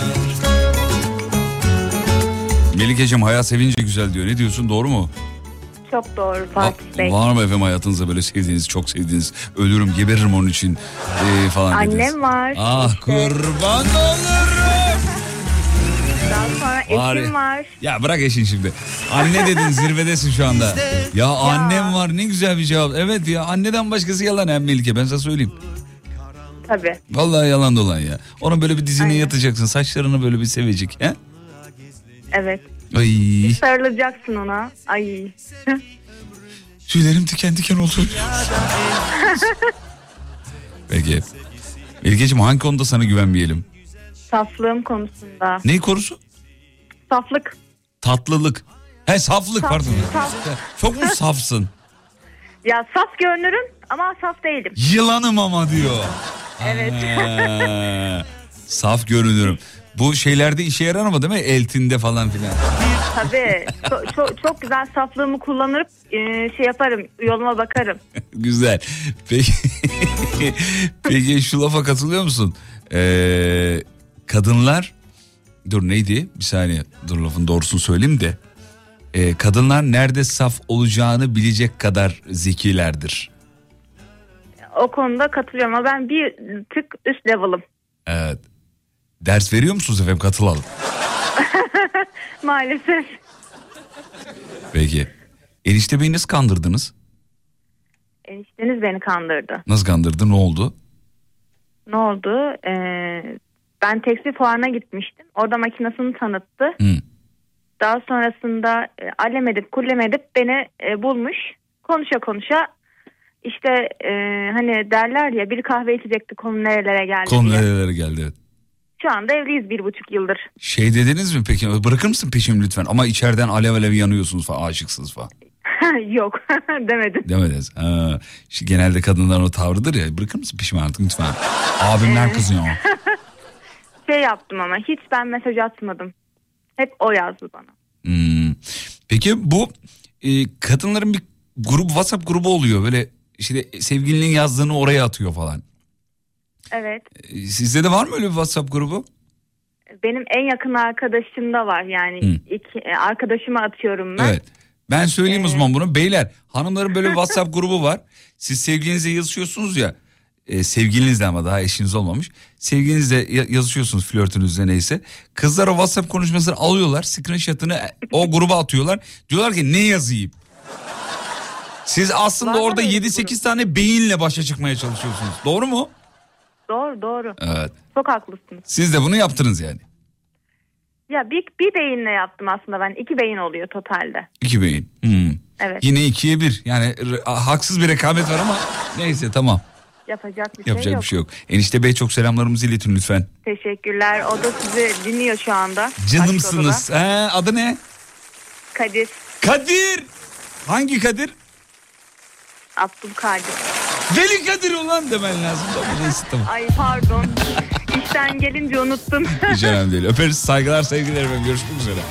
Melikeciğim hayat sevince güzel diyor. Ne diyorsun, doğru mu? Çok doğru Fatih Bey. Var mı efendim hayatınızda böyle sevdiğiniz, çok sevdiğiniz, ölürüm geberirim onun için falan dediğiniz? Annem var. Ah işte. kurban olurum. Daha sonra eşim var. Ya bırak eşin şimdi. Anne dedin, zirvedesin şu anda. Ya annem var, ne güzel bir cevap. Evet ya, anneden başkası yalan hem Melike, ben sana söyleyeyim. Tabii. Vallahi yalan dolan ya. Onun böyle bir dizine yatacaksın, saçlarını böyle bir sevecek. He? Evet. Ay. Sarılacaksın ona. Ay. Tüylerim diken diken oldu. Peki. Melike'ciğim hangi konuda sana güvenmeyelim? Saflığım konusunda. Ne konusu? Saflık. Tatlılık. He saflık Saf, pardon. saf. Çok mu safsın? Ya saf görünürüm ama saf değilim. Yılanım ama diyor. Evet. Saf görünürüm. Bu şeylerde işe yarar ama değil mi? Eltinde falan filan. Tabii. Çok güzel saflığımı kullanıp şey yaparım. Yoluma bakarım. Güzel. Peki, peki şu lafa katılıyor musun? Kadınlar, dur neydi? Bir saniye, dur lafın doğrusunu söyleyeyim de. Kadınlar nerede saf olacağını bilecek kadar zekilerdir. O konuda katılıyorum ama ben bir tık üst level'ım. Evet. Ders veriyor musunuz efendim? Katılalım. Maalesef. Peki. Enişte Bey'i nasıl kandırdınız? Enişteniz beni kandırdı. Nasıl kandırdı? Ne oldu? Ne oldu? Ben tekstil fuarına gitmiştim. Orada makinesini tanıttı. Daha sonrasında alem edip kullem edip beni bulmuş. Konuşa işte hani derler ya, bir kahve içecekti, konu nerelere geldi Konu diye. nerelere geldi, evet. Şu anda evliyiz 1,5 yıldır. Şey dediniz mi peki, bırakır mısın peşimi lütfen, ama içeriden alev alev yanıyorsunuz falan, aşıksınız falan. Yok demedim. Demediniz. Ha. Genelde kadınların o tavrıdır ya, bırakır mısın peşimi artık lütfen. Abimler kızıyor. Şey yaptım ama hiç ben mesaj atmadım. Hep o yazdı bana. Peki bu kadınların bir grubu, WhatsApp grubu oluyor böyle, işte sevgilinin yazdığını oraya atıyor falan. Evet. Sizde de var mı öyle bir WhatsApp grubu? Benim en yakın arkadaşım da var yani. Arkadaşıma atıyorum ben. Evet. Ben söyleyeyim o zaman bunu. Beyler, hanımların böyle WhatsApp grubu var. Siz sevgilinizle yazışıyorsunuz ya. Sevgilinizle, ama daha eşiniz olmamış. Sevgilinizle yazışıyorsunuz, flörtünüzle neyse. Kızlar o WhatsApp konuşmasını alıyorlar. Screenshot'ını o gruba atıyorlar. Diyorlar ki ne yazayım? Siz aslında Var orada mı 7-8 tane beyinle başa çıkmaya çalışıyorsunuz. Doğru mu? Doğru. Evet. Çok haklısınız. Siz de bunu yaptınız yani. Ya bir beyinle yaptım aslında ben. 2 beyin oluyor totalde. 2 beyin. Evet. Yine 2'ye 1. Yani haksız bir rekabet var ama neyse, tamam. Yapacak bir şey yok. Bir şey yok. Enişte Bey çok selamlarımızı iletin lütfen. Teşekkürler. O da sizi dinliyor şu anda. Canımsınız. Adı ne? Kadir. Kadir! Hangi Kadir? Abdülkadir. Veli Kadir ulan demen lazım. Tamam. Ay pardon. İşten gelince unuttum. Hiç önemli değil. Öperiz, saygılar, sevgiler efendim. Görüşmek üzere.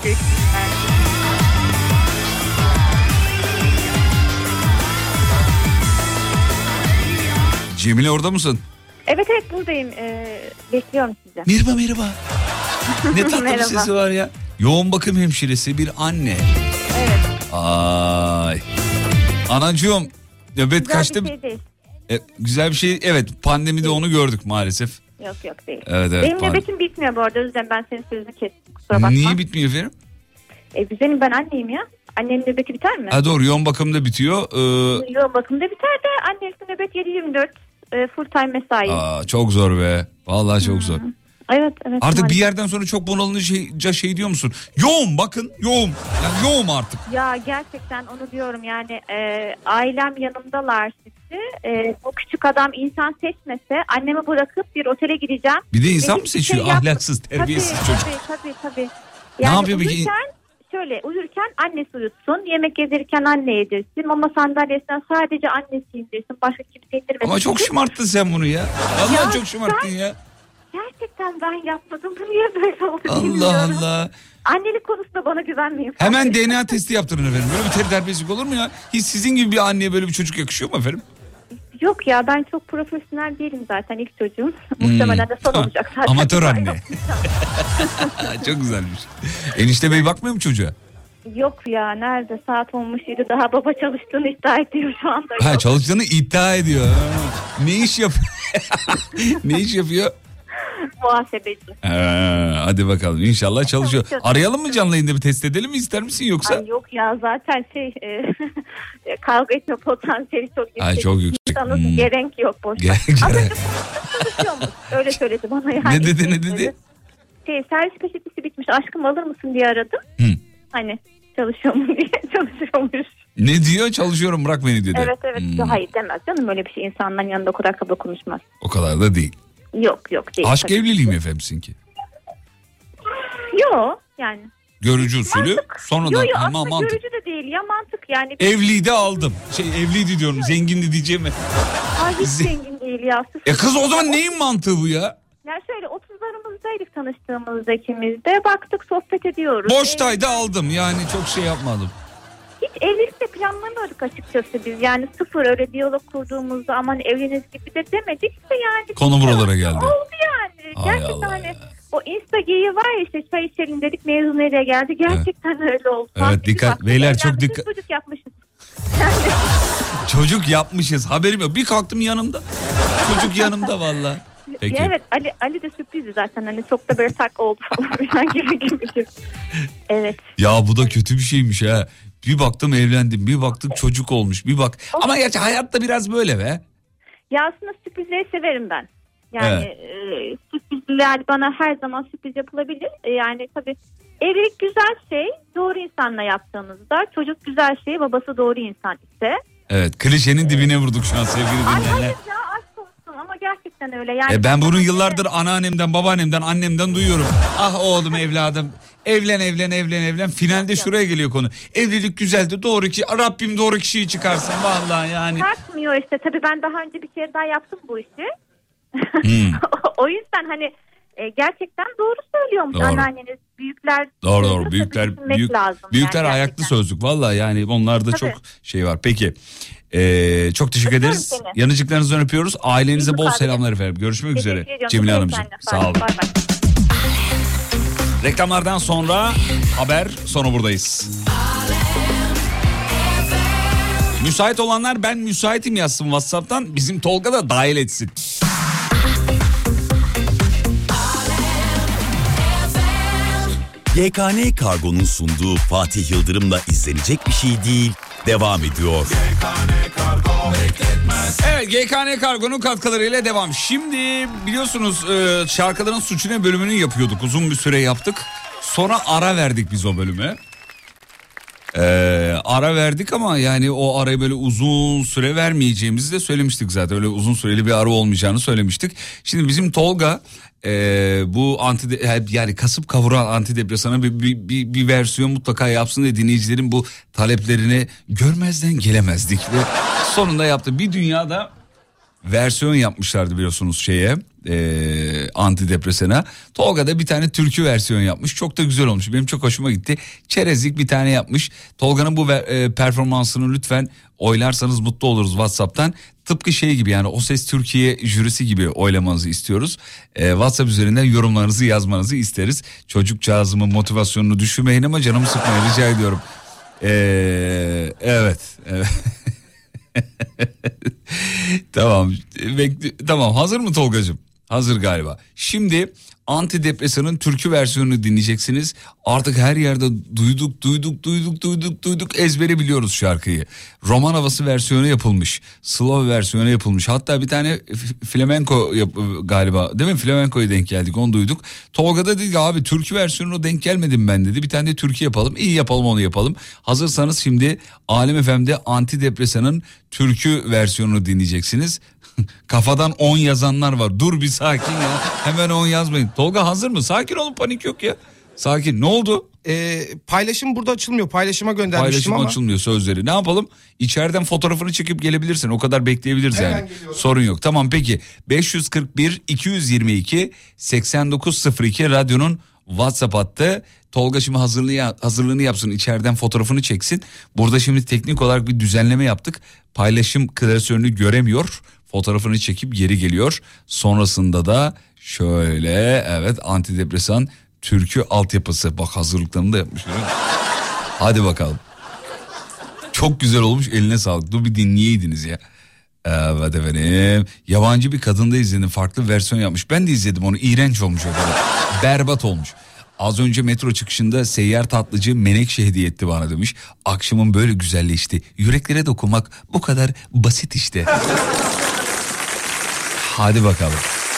Cemile orada mısın? Evet buradayım. Bekliyorum sizi. Merhaba. Ne tatlı bir sesi var ya. Yoğun bakım hemşiresi bir anne. Evet. Ay. Anacığım nöbet Güzel kaçtı? bir şey değil. Güzel bir şey. Evet, pandemide onu gördük maalesef. Yok değil. Evet, benim nöbetim bitmiyor bu arada. O yüzden ben senin sözünü kestim. Kusura bakma. Niye bitmiyor efendim? Güzelim, ben anneyim ya. Annenin nöbeti biter mi? Ha doğru, yoğun bakımda bitiyor. Yoğun bakımda biter de annenin nöbet 7-24 full time mesai. Çok zor be. Vallahi çok zor. Evet. Artık maalesef. bir yerden sonra çok bunalınca şey diyor musun? Yoğun bakın, yoğun. Yani yoğun artık. Ya gerçekten onu diyorum yani ailem yanımdalar sizi. O küçük adam insan seçmese annemi bırakıp bir otele gideceğim. Bir de insan mı seçiyor? Ahlaksız, terbiyesiz çocuk. Tabii. Ne Yani yapıyor peki? Uyurken annesi uyutsun, yemek yedirken anne yedirsin, mama sandalyesinden sadece annesi indirsin, başka kimse indirmesin. Ama çok şımarttın sen bunu ya. Vallahi çok şımarttın ya. Gerçekten ben yapmadım. Bu niye böyle oldu Allah bilmiyorum. Allah. Annelik konusunda bana güvenmeyin. Hemen DNA testi yaptırın efendim. Böyle bir terbiyesizlik olur mu ya? Hiç sizin gibi bir anneye böyle bir çocuk yakışıyor mu efendim? Yok ya, ben çok profesyonel değilim zaten, ilk çocuğum. Muhtemelen de son olacak zaten. Amatör anne. Çok güzelmiş. Enişte bey bakmıyor mu çocuğa? Yok ya, nerede, saat olmuşydu, daha baba çalıştığını iddia ediyor şu anda. Ha, çalıştığını iddia ediyor. Ne iş yapıyor? Ne iş yapıyor? Muhasebeci. Hadi bakalım, inşallah çalışıyor. Arayalım mı canlı yayında, bir test edelim mi, ister misin yoksa? Ay yok ya, zaten kavga etme potansiyeli çok yüksek. Ay çok yüksek. Gerek yok, boş. Az önce çalışıyormuş. Öyle söyledi bana yani. Ne dedi? Servis peçetesi bitmiş, aşkım alır mısın diye aradım. Hani çalışıyor mu diye, çalışıyormuş. Ne diyor? Çalışıyorum, bırak beni dedi. Evet. Hayır demez canım, öyle bir şey insanların yanında o kadar kaba konuşmaz. O kadar da değil. Yok değil. Aşk tabii. Evliliği mi efendim sizinki? Yok yani. Görücü usulü. Sonradan Yok aslında mantık. Görücü de değil ya, mantık yani. Evliydi de aldım. Evliydi diyorum, zengindi diyeceğim mi? Ay hiç zengin değil ya. Kız o zaman neyin mantığı bu ya? Ya şöyle 30'larımızdaydık tanıştığımızda ikimiz de, baktık sohbet ediyoruz. Boştaydı aldım yani, çok şey yapmadım. Hiç evlilikte planlamıyorduk açıkçası biz, yani sıfır öyle diyalog kurduğumuzda aman evleniriz gibi de demedik de yani. Konu buralara geldi. Oldu yani. Gerçekten hani o Insta geyiği var ya, işte çay içelim dedik, mevzu nereye geldi, gerçekten öyle oldu. Evet, dikkat beyler, çok dikkat. Çocuk yapmışız. Çocuk yapmışız, haberim yok, bir kalktım yanımda. Çocuk yanımda valla. Peki. Ya evet, Ali de sürprizdi zaten, hani çok da böyle tak oldu falan gibi. Evet. Ya bu da kötü bir şeymiş ha. Bir baktım evlendim, bir baktık çocuk olmuş, bir bak. Ama gerçi hayatta biraz böyle be. Ya aslında sürprizleri severim ben. Yani sürprizler bana her zaman sürpriz yapılabilir. Yani tabii evlilik güzel şey, doğru insanla yaptığınızda. Çocuk güzel şey, babası doğru insan ise. Evet, klişenin dibine vurduk şu an sevgili dinleyenler. Hayır ya, aşk olsun ama gerçekten öyle. Yani ben bunu yıllardır anneannemden, babaannemden, annemden duyuyorum. Ah oğlum, evladım, evlen. Finalde şuraya geliyor konu. Evlilik güzeldi, doğru ki Rabbim doğru kişiyi çıkarsın vallahi yani. Çıkartmıyor işte, tabii ben daha önce bir kere daha yaptım bu işi. O yüzden hani gerçekten doğru söylüyormuş anneanneniz, büyükler. Doğru, büyükler yani ayaklı sözlük vallahi, yani onlarda çok şey var. Peki çok teşekkür ederiz. Seni. Yanıcıklarınızdan öpüyoruz. Ailenize bol selamlar efendim. Görüşmek üzere Cemile Hanımcığım. Sağ olun. Bye. Reklamlardan sonra haber sonu buradayız. Müsait olanlar ben müsaitim yazsın WhatsApp'tan, bizim Tolga da dahil etsin. YKN Kargo'nun sunduğu Fatih Yıldırım'la izlenecek bir şey değil, devam ediyor. Evet, GKN Kargo'nun katkılarıyla devam. Şimdi biliyorsunuz şarkıların Suçu Ne bölümünü yapıyorduk. Uzun bir süre yaptık. Sonra ara verdik biz o bölüme. Ara verdik ama yani o arayı böyle uzun süre vermeyeceğimizi de söylemiştik zaten. Öyle uzun süreli bir ara olmayacağını söylemiştik. Şimdi bizim Tolga bu yani kasıp kavuran antidepresana bir versiyon mutlaka yapsın diye dinleyicilerin bu taleplerini görmezden gelemezdik. Ve sonunda yaptı. Bir dünyada versiyon yapmışlardı biliyorsunuz antidepresana. Tolga da bir tane türkü versiyon yapmış. Çok da güzel olmuş. Benim çok hoşuma gitti. Çerezlik bir tane yapmış. Tolga'nın bu performansını lütfen oylarsanız mutlu oluruz WhatsApp'tan. Tıpkı gibi yani O Ses Türkiye jürisi gibi oylamanızı istiyoruz. WhatsApp üzerinden yorumlarınızı yazmanızı isteriz. Çocukcağızımın motivasyonunu düşürmeyin ama canımı sıkmayın rica ediyorum. Evet. Tamam hazır mı Tolgacığım? Hazır galiba. Şimdi antidepresanın türkü versiyonunu dinleyeceksiniz. Artık her yerde duyduk ezbere biliyoruz şarkıyı. Roman havası versiyonu yapılmış. Slow versiyonu yapılmış. Hatta bir tane flamenco galiba değil mi? Flamenco'ya denk geldik, onu duyduk. Tolga da dedi abi türkü versiyonuna denk gelmedim ben dedi. Bir tane de türkü yapalım. İyi yapalım, onu yapalım. Hazırsanız şimdi Alem FM'de antidepresanın türkü versiyonunu dinleyeceksiniz. Kafadan 10 yazanlar var. Dur bir sakin ya. Hemen 10 yazmayın. Tolga hazır mı? Sakin olun, panik yok ya. Sakin. Ne oldu? Paylaşım burada açılmıyor. Paylaşıma göndermiştim ama. Açılmıyor sözleri. Ne yapalım? İçeriden fotoğrafını çekip gelebilirsin. O kadar bekleyebiliriz hemen yani. Geliyorum. Sorun yok. Tamam peki. 541 222 8902 radyonun WhatsApp hattı. Tolga şimdi hazırlığını yapsın. İçeriden fotoğrafını çeksin. Burada şimdi teknik olarak bir düzenleme yaptık. Paylaşım klasörünü göremiyor. Fotoğrafını çekip geri geliyor. Sonrasında da şöyle antidepresan türkü altyapısı. Bak hazırlıklarını da yapmış. Hadi bakalım. Çok güzel olmuş, eline sağlık. Dur bir dinleyeydiniz ya. Evet efendim. Yabancı bir kadında izledim, farklı versiyon yapmış. Ben de izledim onu, iğrenç olmuş o kadar. Berbat olmuş. Az önce metro çıkışında seyyar tatlıcı menekşe hediye etti bana demiş. Akşamım böyle güzelleşti. Yüreklere dokunmak bu kadar basit işte. Hadi bakalım.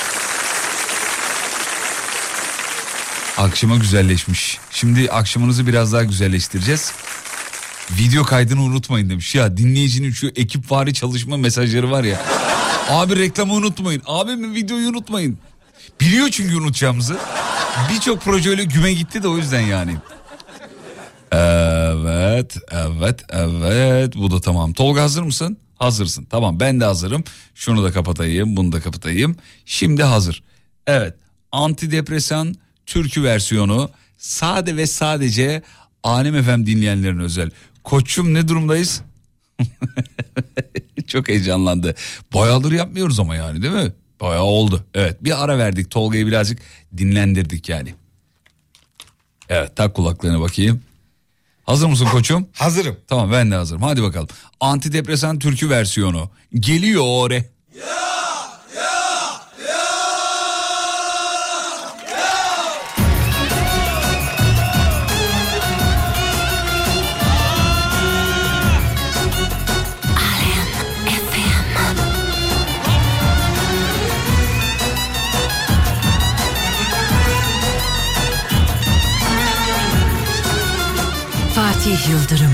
Akşama güzelleşmiş. Şimdi akşamınızı biraz daha güzelleştireceğiz. Video kaydını unutmayın demiş. Ya dinleyicinin şu ekipvari çalışma mesajları var ya. Abi reklamı unutmayın. Abi videoyu unutmayın. Biliyor çünkü unutacağımızı. Birçok proje öyle güme gitti de o yüzden yani. Evet. Bu da tamam. Tolga hazır mısın? Hazırsın. Tamam ben de hazırım. Şunu da kapatayım, bunu da kapatayım. Şimdi hazır. Evet. Antidepresan türkü versiyonu sade ve sadece Alem FM dinleyenlerin özel. Koçum ne durumdayız? Çok heyecanlandı. Bayağıdır yapmıyoruz ama yani değil mi? Bayağı oldu. Evet bir ara verdik. Tolga'yı birazcık dinlendirdik yani. Evet tak kulaklarına bakayım. Hazır mısın koçum? Hazırım. Tamam ben de hazırım. Hadi bakalım. Antidepresan türkü versiyonu. Geliyor. Fatih Yıldırım.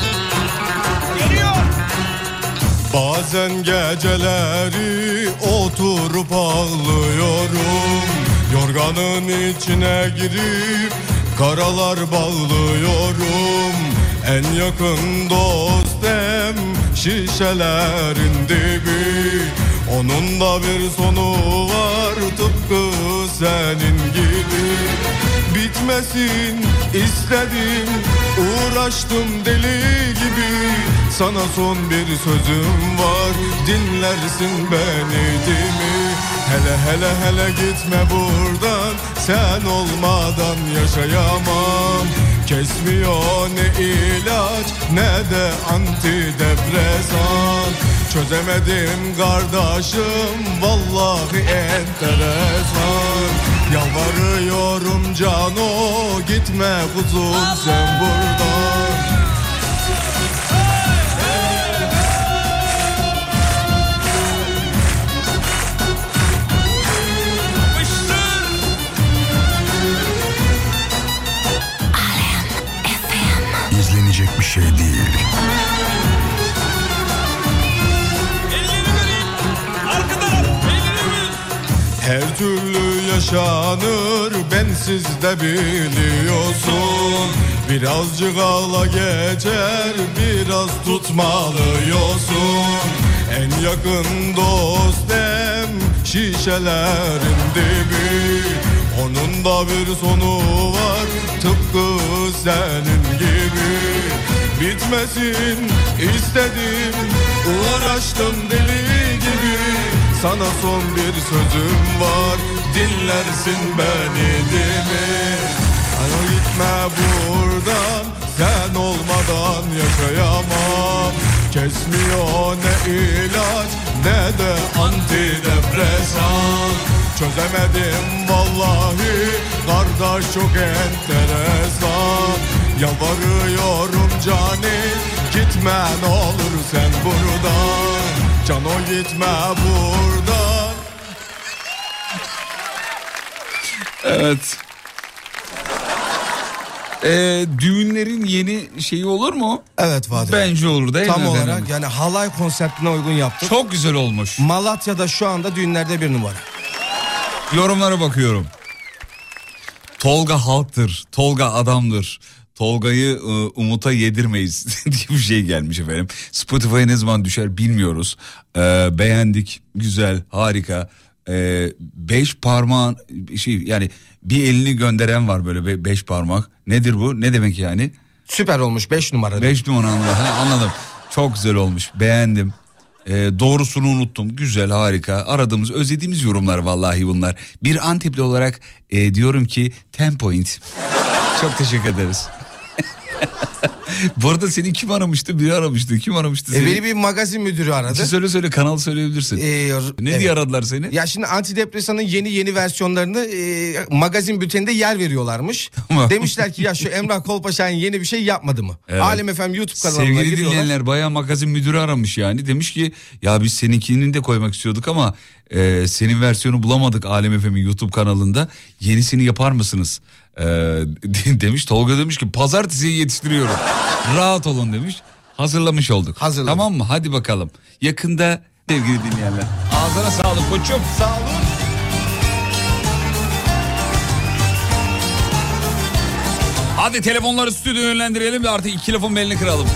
Bazen geceleri oturup ağlıyorum. Yorganın içine girip karalar bağlıyorum. En yakın dostum şişelerin dibi. Onun da bir sonu var tıpkı senin gibi. Bitmesin istedim, uğraştım deli gibi. Sana son bir sözüm var, dinlersin beni değil mi? Hele gitme buradan, sen olmadan yaşayamam. Kesmiyor ne ilaç ne de antidepresan. Çözemedim kardeşim vallahi enteresan. Yalvarıyorum cano gitme kuzum sen buradan. izlenecek bir şey değil. Her türlü yaşanır, bensiz de biliyorsun. Birazcık ağla geçer, biraz tutmalıyorsun. En yakın dostum şişelerin dibi. Onun da bir sonu var, tıpkı senin gibi. Bitmesin istedim, uğraştım deli gibi. Sana son bir sözüm var, dinlersin beni değil mi? Ana gitme buradan, sen olmadan yaşayamam. Kesmiyor ne ilaç ne de antidepresan. Çözemedim vallahi kardeş, çok enteresan. Yalvarıyorum canim, gitme ne olur sen buradan. Cano gitme buradan. Evet. Düğünlerin yeni şeyi olur mu? Evet Fatih. Bence olur değil tam mi? Tam olarak efendim? yani halay konseptine uygun yaptık. Çok güzel olmuş. Malatya'da şu anda düğünlerde bir numara. Yorumlara bakıyorum. Tolga halktır, Tolga adamdır. Tolga'yı Umut'a yedirmeyiz diye bir şey gelmiş efendim. Spotify'a ne zaman düşer bilmiyoruz. Beğendik, güzel, harika. 5 parmağın şey, yani bir elini gönderen var böyle 5 parmak. Nedir bu? Ne demek yani? Süper olmuş, 5 numara. 5 numara anladım. Çok güzel olmuş, beğendim. Doğrusunu unuttum. Güzel, harika. Aradığımız, özlediğimiz yorumlar vallahi bunlar. Bir Antepli olarak diyorum ki 10 point. Çok teşekkür ederiz. Bu arada seni kim aramıştı? Biri aramıştı. Kim aramıştı seni? Beni bir magazin müdürü aradı. Söyle kanalı söyleyebilirsin. Ne diye aradılar seni? Ya şimdi antidepresanın yeni versiyonlarını magazin bülteninde yer veriyorlarmış. Demişler ki ya şu Emrah Kolpaşayan yeni bir şey yapmadı mı? Evet. Alem FM YouTube kanalına sevgili giriyorlar. dinleyenler, bayağı magazin müdürü aramış yani. Demiş ki ya biz seninkini de koymak istiyorduk ama senin versiyonu bulamadık Alem FM'in YouTube kanalında. Yenisini yapar mısınız? Demiş. Tolga demiş ki pazartesiye yetiştiriyorum. Rahat olun demiş. Hazırlamış olduk. Hazırladım. Tamam mı? Hadi bakalım. Yakında sevgili dinleyenler. Ağzına sağlık koçum. Sağ olun. Hadi telefonları stüdyoya yönlendirelim de artık 2 lafın belini kıralım.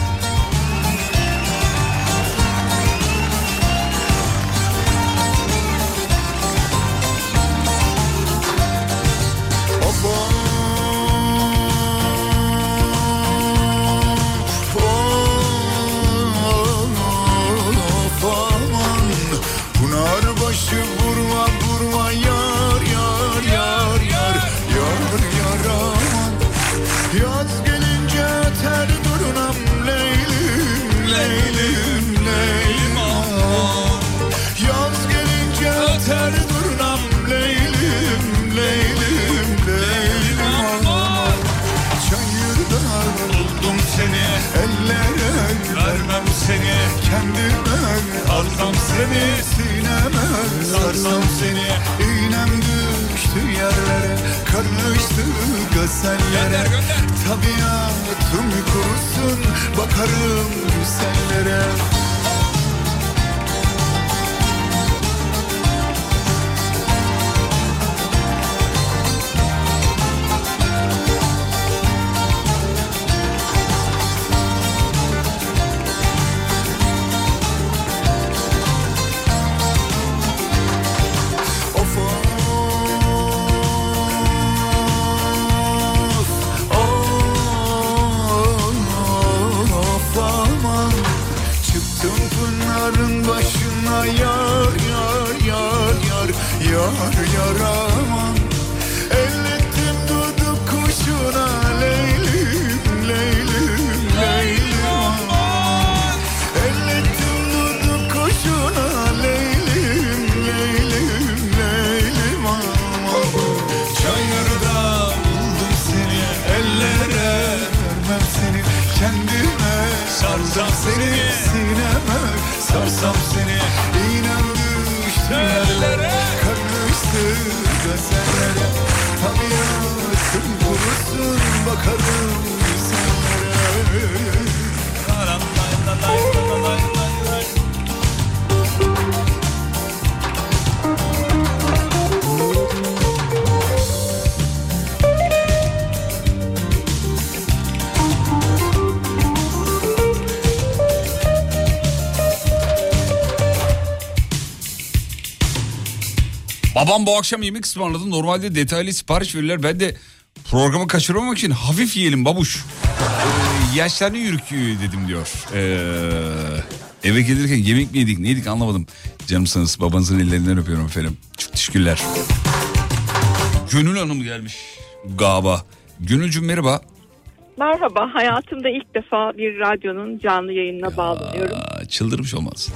Sarsam seni sineme, sarsam seni. İğnem düştü yerlere, karıştı gözellere. Tabiatım kurusun, bakarım güzellere. Yar aman, ellettim duduk kuşuna leylim, leylim, leylim aman. Ellettim duduk kuşuna leylim, leylim, leylim aman. Çayırda buldum seni, ellere vermem seni. Kendime sarsam seni, sineme sarsam seni. İğnem düştü yerlere, gözlere, tabiatım kurusun, bakarım güzellere. Babam bu akşam yemek ısmarladı. Normalde detaylı sipariş verirler. Ben de programı kaçırmamak için hafif yiyelim babuş. Yaşlarını yürük dedim diyor. Eve gelirken yemek mi yedik neydik anlamadım. Canımsınız, babanızın ellerinden öpüyorum efendim. Çok teşekkürler. Gönül Hanım gelmiş galiba. Gönülcüm merhaba. Merhaba, hayatımda ilk defa bir radyonun canlı yayınına bağlanıyorum. Çıldırmış olmaz.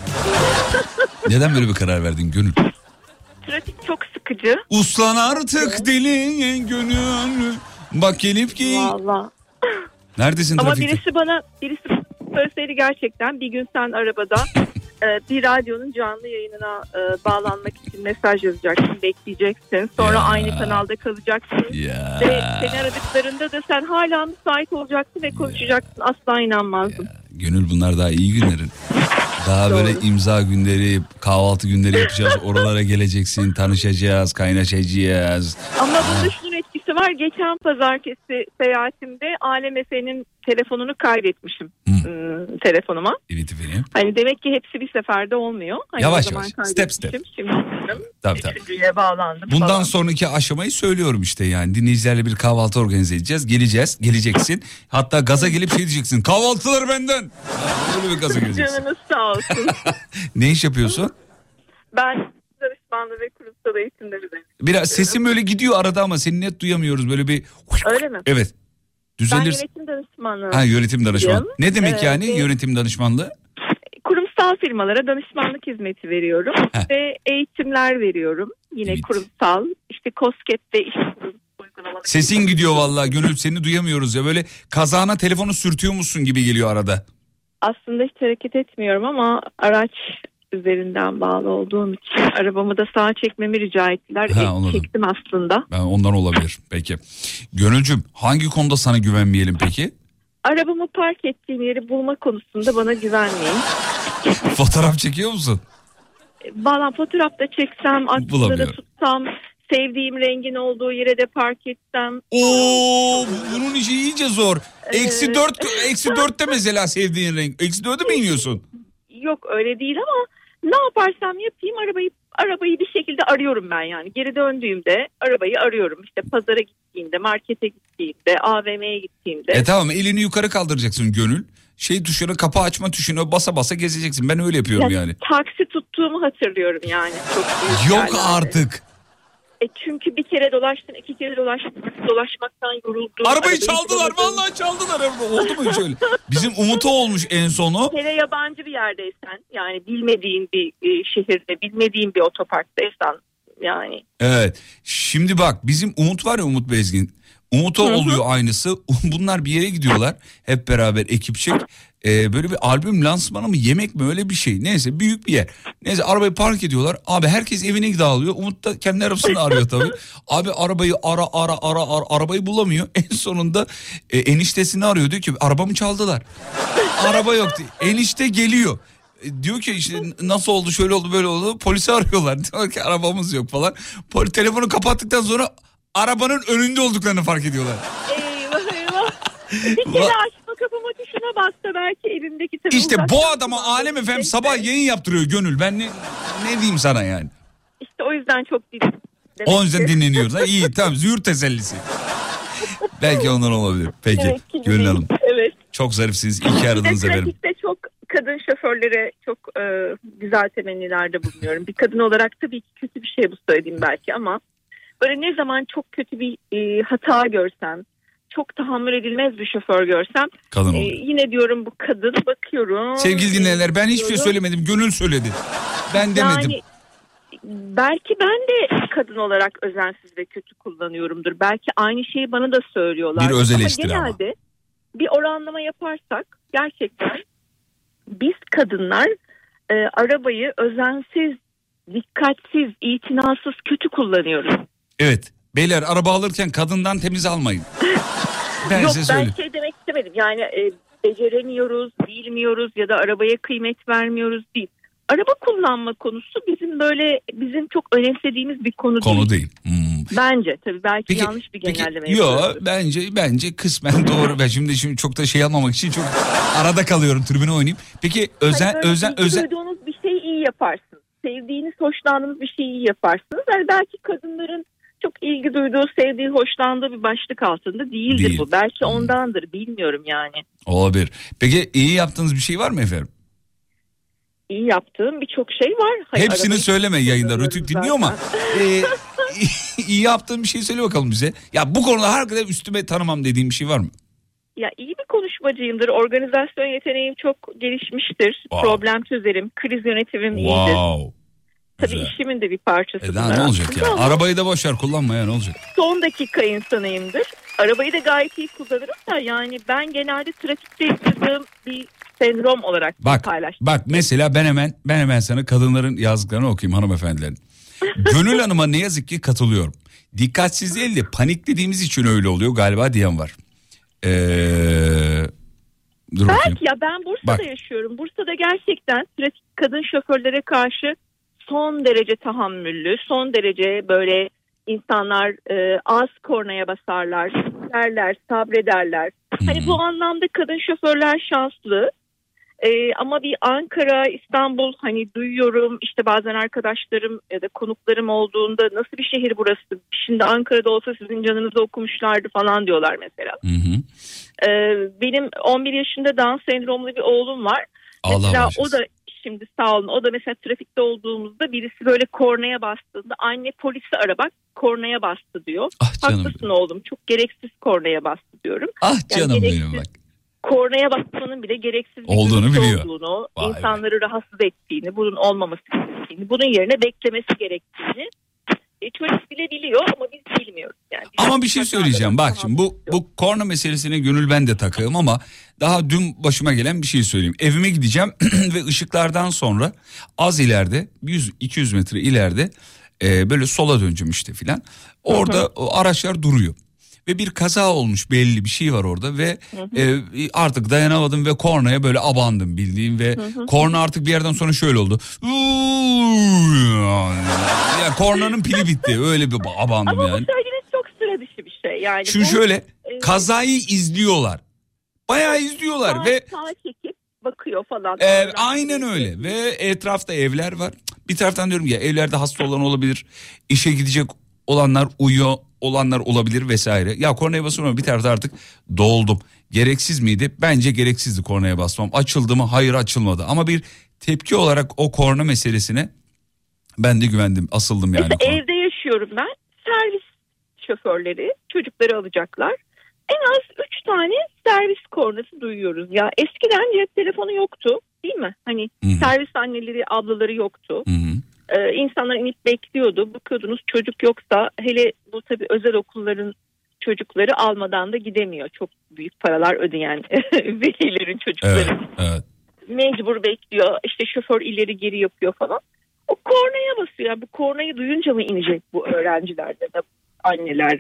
Neden böyle bir karar verdin Gönül? Trafik çok sıkıcı. Uslan artık deli gönül. Bak gelip ki. Vallahi. Neredesin trafikte? Ama birisi söyleseydi gerçekten bir gün sen arabada bir radyonun canlı yayınına bağlanmak için mesaj yazacaksın, bekleyeceksin. Sonra aynı kanalda kalacaksın. Ve seni aradıklarında da sen hala müsait olacaksın ve konuşacaksın. Asla inanmazdım. Gönül bunlar daha iyi günlerin. Daha böyle imza günleri, kahvaltı günleri yapacağız. Oralara geleceksin, tanışacağız, kaynaşacağız. Ama bunda şunun etkisi var. Geçen pazartesi seyahatimde Alem Efe'nin telefonunu kaydetmişim telefonuma. Evet efendim. Hani demek ki hepsi bir seferde olmuyor. Hani yavaş yavaş, step. Şimdi tabii. üçüncüye bağlandım. Bundan falan. sonraki aşamayı söylüyorum işte yani. Dinleyicilerle bir kahvaltı organize edeceğiz. Geleceksin. Hatta gaza gelip şey diyeceksin. Kahvaltılar benden. Öyle bir gaza geleceksin. Canınız sağ olsun. Ne iş yapıyorsun? Ben danışmanlığı ve kurumsal eğitimler üzerine. Biraz sesim öyle gidiyor arada ama seni net duyamıyoruz. Böyle bir... Öyle mi? Evet. Ben yönetim danışmanlığı. Ha, yönetim danışmanlığı. Ne demek yani yönetim danışmanlığı? Kurumsal firmalara danışmanlık hizmeti veriyorum. Ve eğitimler veriyorum. Yine kurumsal. İşte KOSGEB'de iş uygulamaları. Sesin gidiyor vallahi Gönül, seni duyamıyoruz ya. Böyle kazağına telefonu sürtüyormuşsun gibi geliyor arada. Aslında hiç hareket etmiyorum ama araç üzerinden bağlı olduğum için arabamı da sağa çekmemi rica ettiler. Çektim aslında. Ben ondan olabilir. Peki. Gönülcüm hangi konuda sana güvenmeyelim peki? Arabamı park ettiğim yeri bulma konusunda bana güvenmeyin. Fotoğraf çekiyor musun? Valla fotoğrafta çeksem, aklımda da tutsam, sevdiğim rengin olduğu yere de park etsem. Oo, bunun işi iyice zor. -4'te mesela sevdiğin renk. -4'e mi iniyorsun? Yok öyle değil ama ne yaparsam yapayım arabayı bir şekilde arıyorum ben yani. Geri döndüğümde arabayı arıyorum. İşte pazara gittiğimde, markete gittiğimde, AVM'ye gittiğimde. Tamam, elini yukarı kaldıracaksın Gönül. Tuşuna, kapı açma tuşuna basa basa gezeceksin. Ben öyle yapıyorum yani. Taksi tuttuğumu hatırlıyorum yani. Çok yok artık. Çünkü bir kere dolaştım, 2 kere dolaşmaktan yoruldum. Arabayı çaldılar, vallahi çaldılar. Oldu mu hiç öyle? Bizim Umut'a olmuş en sonu. Hele yabancı bir yerdeysen, yani bilmediğin bir şehirde, bilmediğin bir otoparktaysan yani. Evet. Şimdi bak, bizim Umut var ya, Umut Bezgin. Umut'a oluyor aynısı. Bunlar bir yere gidiyorlar. Hep beraber ekipçek. Böyle bir albüm lansmanı mı, yemek mi, öyle bir şey. Neyse, büyük bir yer. Neyse, arabayı park ediyorlar. Abi herkes evine dağılıyor. Umut da kendi arabasını arıyor tabii. Abi arabayı ara arabayı bulamıyor. En sonunda eniştesini arıyor. Diyor ki arabamı çaldılar. Araba yok diyor. Enişte geliyor. Diyor ki işte nasıl oldu, şöyle oldu, böyle oldu. Polisi arıyorlar. Diyor ki arabamız yok falan. Telefonu kapattıktan sonra arabanın önünde olduklarını fark ediyorlar. Eyvah. Bir kere açma kapama tuşuna bassa belki evimdeki... İşte bu adama Alem FM sabah yayın yaptırıyor Gönül. Ben ne diyeyim sana yani. İşte o yüzden çok dinliyorum. O yüzden dinleniyoruz. İyi, tamam, züğür tesellisi. Belki ondan olabilir. Peki evet, Gönül Hanım. Evet. Çok zarifsiniz. İyi ki aradınız efendim. Trafikte çok kadın şoförlere çok güzel temennilerde bulunuyorum. Bir kadın olarak tabii ki kötü bir şey bu söylediğim belki ama böyle ne zaman çok kötü bir hata görsem, çok tahammül edilmez bir şoför görsem yine diyorum bu kadın, bakıyorum. Sevgili dinleyenler, ben hiçbir şey söylemedim. Gönül söyledi. Ben demedim. Yani belki ben de kadın olarak özensiz ve kötü kullanıyorumdur. Belki aynı şeyi bana da söylüyorlar. Bir öz eleştiri ama. Genelde bir oranlama yaparsak gerçekten biz kadınlar arabayı özensiz, dikkatsiz, itinasız, kötü kullanıyoruz. Evet. Beyler, araba alırken kadından temiz almayın. Yok, ben şey demek istemedim. Yani beceremiyoruz, bilmiyoruz ya da arabaya kıymet vermiyoruz değil. Araba kullanma konusu bizim çok önemsediğimiz bir konu değil. Bence tabii belki yanlış bir genelleme yapıyoruz. Yok bence kısmen doğru. Ben şimdi çok da şey almamak için çok arada kalıyorum, tribüne oynayayım. Peki özen duyduğunuz bir şeyi iyi yaparsınız. Sevdiğiniz, hoşlandığınız bir şeyi iyi yaparsınız. Yani belki kadınların çok ilgi duyduğu, sevdiği, hoşlandığı bir başlık altında değildir bu. Belki ondandır, bilmiyorum yani. Olabilir. Peki iyi yaptığınız bir şey var mı efendim? İyi yaptığım birçok şey var. Hepsini söyleme yayında. Rütük dinliyor ama iyi yaptığın bir şey söyle bakalım bize. Ya bu konuda hakikaten üstüme tanımam dediğim bir şey var mı? Ya iyi bir konuşmacıyımdır. Organizasyon yeteneğim çok gelişmiştir. Problem çözerim. Kriz yönetimim iyidir. Tabii işimin de bir parçası. Ne olacak ya? Arabayı da boşver kullanma ya, ne olacak? Son dakika insanıyımdır. Arabayı da gayet iyi kullanırım da yani ben genelde trafikte yaşadığım bir sendrom olarak paylaştım. Bak mesela ben hemen sana kadınların yazdıklarını okuyayım hanımefendilerin. Gönül Hanım'a ne yazık ki katılıyorum. Dikkatsiz değil de panik dediğimiz için öyle oluyor galiba diyen var. Belki ya ben Bursa'da yaşıyorum. Bursa'da gerçekten trafik kadın şoförlere karşı son derece tahammüllü, son derece böyle insanlar az kornaya basarlar, derler, sabrederler. Hani bu anlamda kadın şoförler şanslı. Ama bir Ankara, İstanbul hani duyuyorum işte bazen arkadaşlarım ya da konuklarım olduğunda nasıl bir şehir burası? Şimdi Ankara'da olsa sizin canınızı okumuşlardı falan diyorlar mesela. Benim 11 yaşında Down sendromlu bir oğlum var. Mesela o da şimdi sağ olun o da mesela trafikte olduğumuzda birisi böyle kornaya bastığında anne polisi ara bak kornaya bastı diyor. Haklısın oğlum çok gereksiz kornaya bastı diyorum. Canım benim bak. Kornaya basmanın bile gereksiz bir olduğunu, insanları rahatsız ettiğini, bunun olmaması gerektiğini, bunun yerine beklemesi gerektiğini çocuk bile biliyor ama biz bilmiyoruz. Yani ama bir şey söyleyeceğim bak şimdi bu korna meselesine gönül ben de takığım ama daha dün başıma gelen bir şey söyleyeyim. Evime gideceğim ve ışıklardan sonra az ileride 100-200 metre ileride böyle sola döneceğim işte filan. Orada araçlar duruyor. Ve bir kaza olmuş belli bir şey var orada ve artık dayanamadım ve kornaya böyle abandım bildiğim ve korna artık bir yerden sonra şöyle oldu. Ya kornanın pili bitti öyle bir abandım ama yani. Ama bu söylediğiniz çok sıra dışı bir şey yani. Şimdi şöyle kazayı izliyorlar. Bayağı izliyorlar ve sağ çekip bakıyor falan. Aynen öyle ve etrafta evler var. Bir taraftan diyorum ya evlerde hasta olan olabilir, işe gidecek olanlar uyuyor olanlar olabilir vesaire. Ya kornaya basıyorum bir tarafta artık doldum. Gereksiz miydi? Bence gereksizdi kornaya basmam. Açıldı mı? Hayır açılmadı. Ama bir tepki olarak o korna meselesine ben de güvendim. Asıldım yani. Evde yaşıyorum ben. Servis şoförleri çocukları alacaklar. En az 3 tane servis kornası duyuyoruz. Ya eskiden cep telefonu yoktu değil mi? Hani servis anneleri ablaları yoktu. İnsanlar inip bekliyordu. Bakıyordunuz çocuk yoksa hele bu tabii özel okulların çocukları almadan da gidemiyor. Çok büyük paralar ödeyen velilerin çocukları. Evet. Mecbur bekliyor. İşte şoför ileri geri yapıyor falan. O kornaya basıyor. Yani bu kornayı duyunca mı inecek bu öğrenciler ya da anneler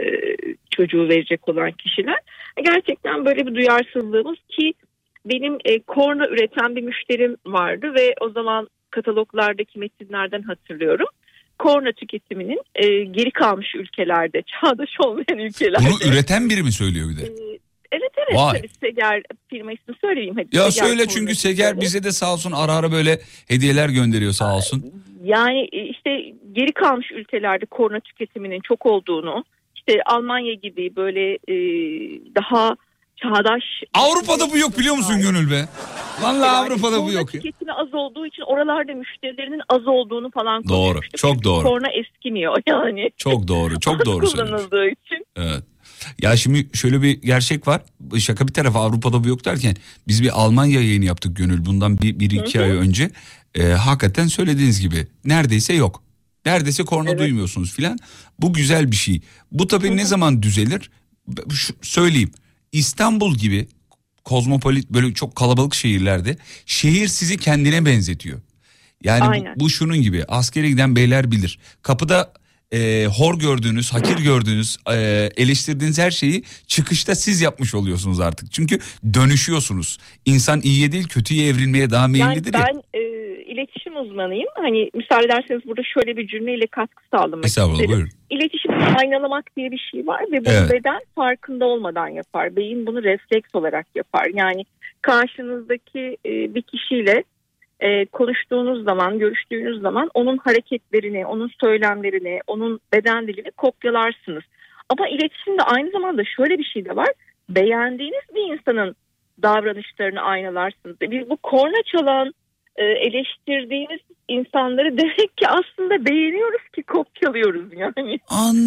çocuğu verecek olan kişiler? Gerçekten böyle bir duyarsızlığımız ki benim korna üreten bir müşterim vardı ve o zaman kataloglardaki metinlerden hatırlıyorum. Korna tüketiminin geri kalmış ülkelerde, çağdaş olmayan ülkelerde. Bunu üreten biri mi söylüyor bir de? Evet. Tabii Seger firma ismi söyleyeyim. Hadi. Ya Seger söyle çünkü Seger bize de sağ olsun ara ara böyle hediyeler gönderiyor sağ olsun. Yani işte geri kalmış ülkelerde korna tüketiminin çok olduğunu, işte Almanya gibi böyle daha çağdaş. Avrupa'da bu yok biliyor musun Gönül be? Vallahi Avrupa'da bu yok. Tüketimi az olduğu için oralarda müşterilerinin az olduğunu falan konuşmuştuk. Doğru, çok doğru. Korna eskimiyor yani. Çok doğru kullanıldığı için. Evet. Ya şimdi şöyle bir gerçek var. Şaka bir tarafa Avrupa'da bu yok derken biz bir Almanya yayını yaptık Gönül. Bundan bir iki ay önce. Hakikaten söylediğiniz gibi neredeyse yok. Neredeyse korna duymuyorsunuz filan. Bu güzel bir şey. Bu tabii ne zaman düzelir? Söyleyeyim. İstanbul gibi kozmopolit böyle çok kalabalık şehirlerde şehir sizi kendine benzetiyor. Yani bu şunun gibi askere giden beyler bilir. Kapıda hor gördüğünüz, hakir gördüğünüz, eleştirdiğiniz her şeyi çıkışta siz yapmış oluyorsunuz artık. Çünkü dönüşüyorsunuz. İnsan iyiye değil kötüye evrilmeye daha meyillidir ya. Ben iletişim uzmanıyım. Hani müsaade ederseniz burada şöyle bir cümleyle katkı sağlamak isterim. Buyurun. İletişim aynalamak diye bir şey var ve bunu beden farkında olmadan yapar. Beyin bunu refleks olarak yapar. Yani karşınızdaki bir kişiyle konuştuğunuz zaman, görüştüğünüz zaman onun hareketlerini, onun söylemlerini, onun beden dilini kopyalarsınız. Ama iletişimde aynı zamanda şöyle bir şey de var. Beğendiğiniz bir insanın davranışlarını aynalarsınız. Biz bu korna çalan, eleştirdiğimiz insanları demek ki aslında beğeniyoruz ki kopyalıyoruz yani.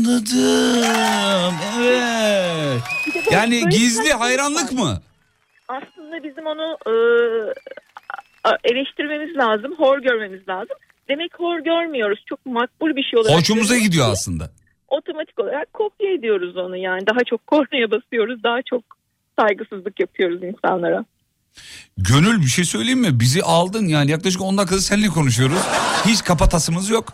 Anladım. Evet. Yani gizli hayranlık mı? Aslında bizim onu eleştirmemiz lazım, hor görmemiz lazım. Demek hor görmüyoruz. Çok makbul bir şey olarak. Hoşumuza gidiyor aslında. Otomatik olarak kopya ediyoruz onu yani. Daha çok kornaya basıyoruz, daha çok saygısızlık yapıyoruz insanlara. Gönül bir şey söyleyeyim mi? Bizi aldın yani yaklaşık 10 dakikada seninle konuşuyoruz. Hiç kapatasımız yok.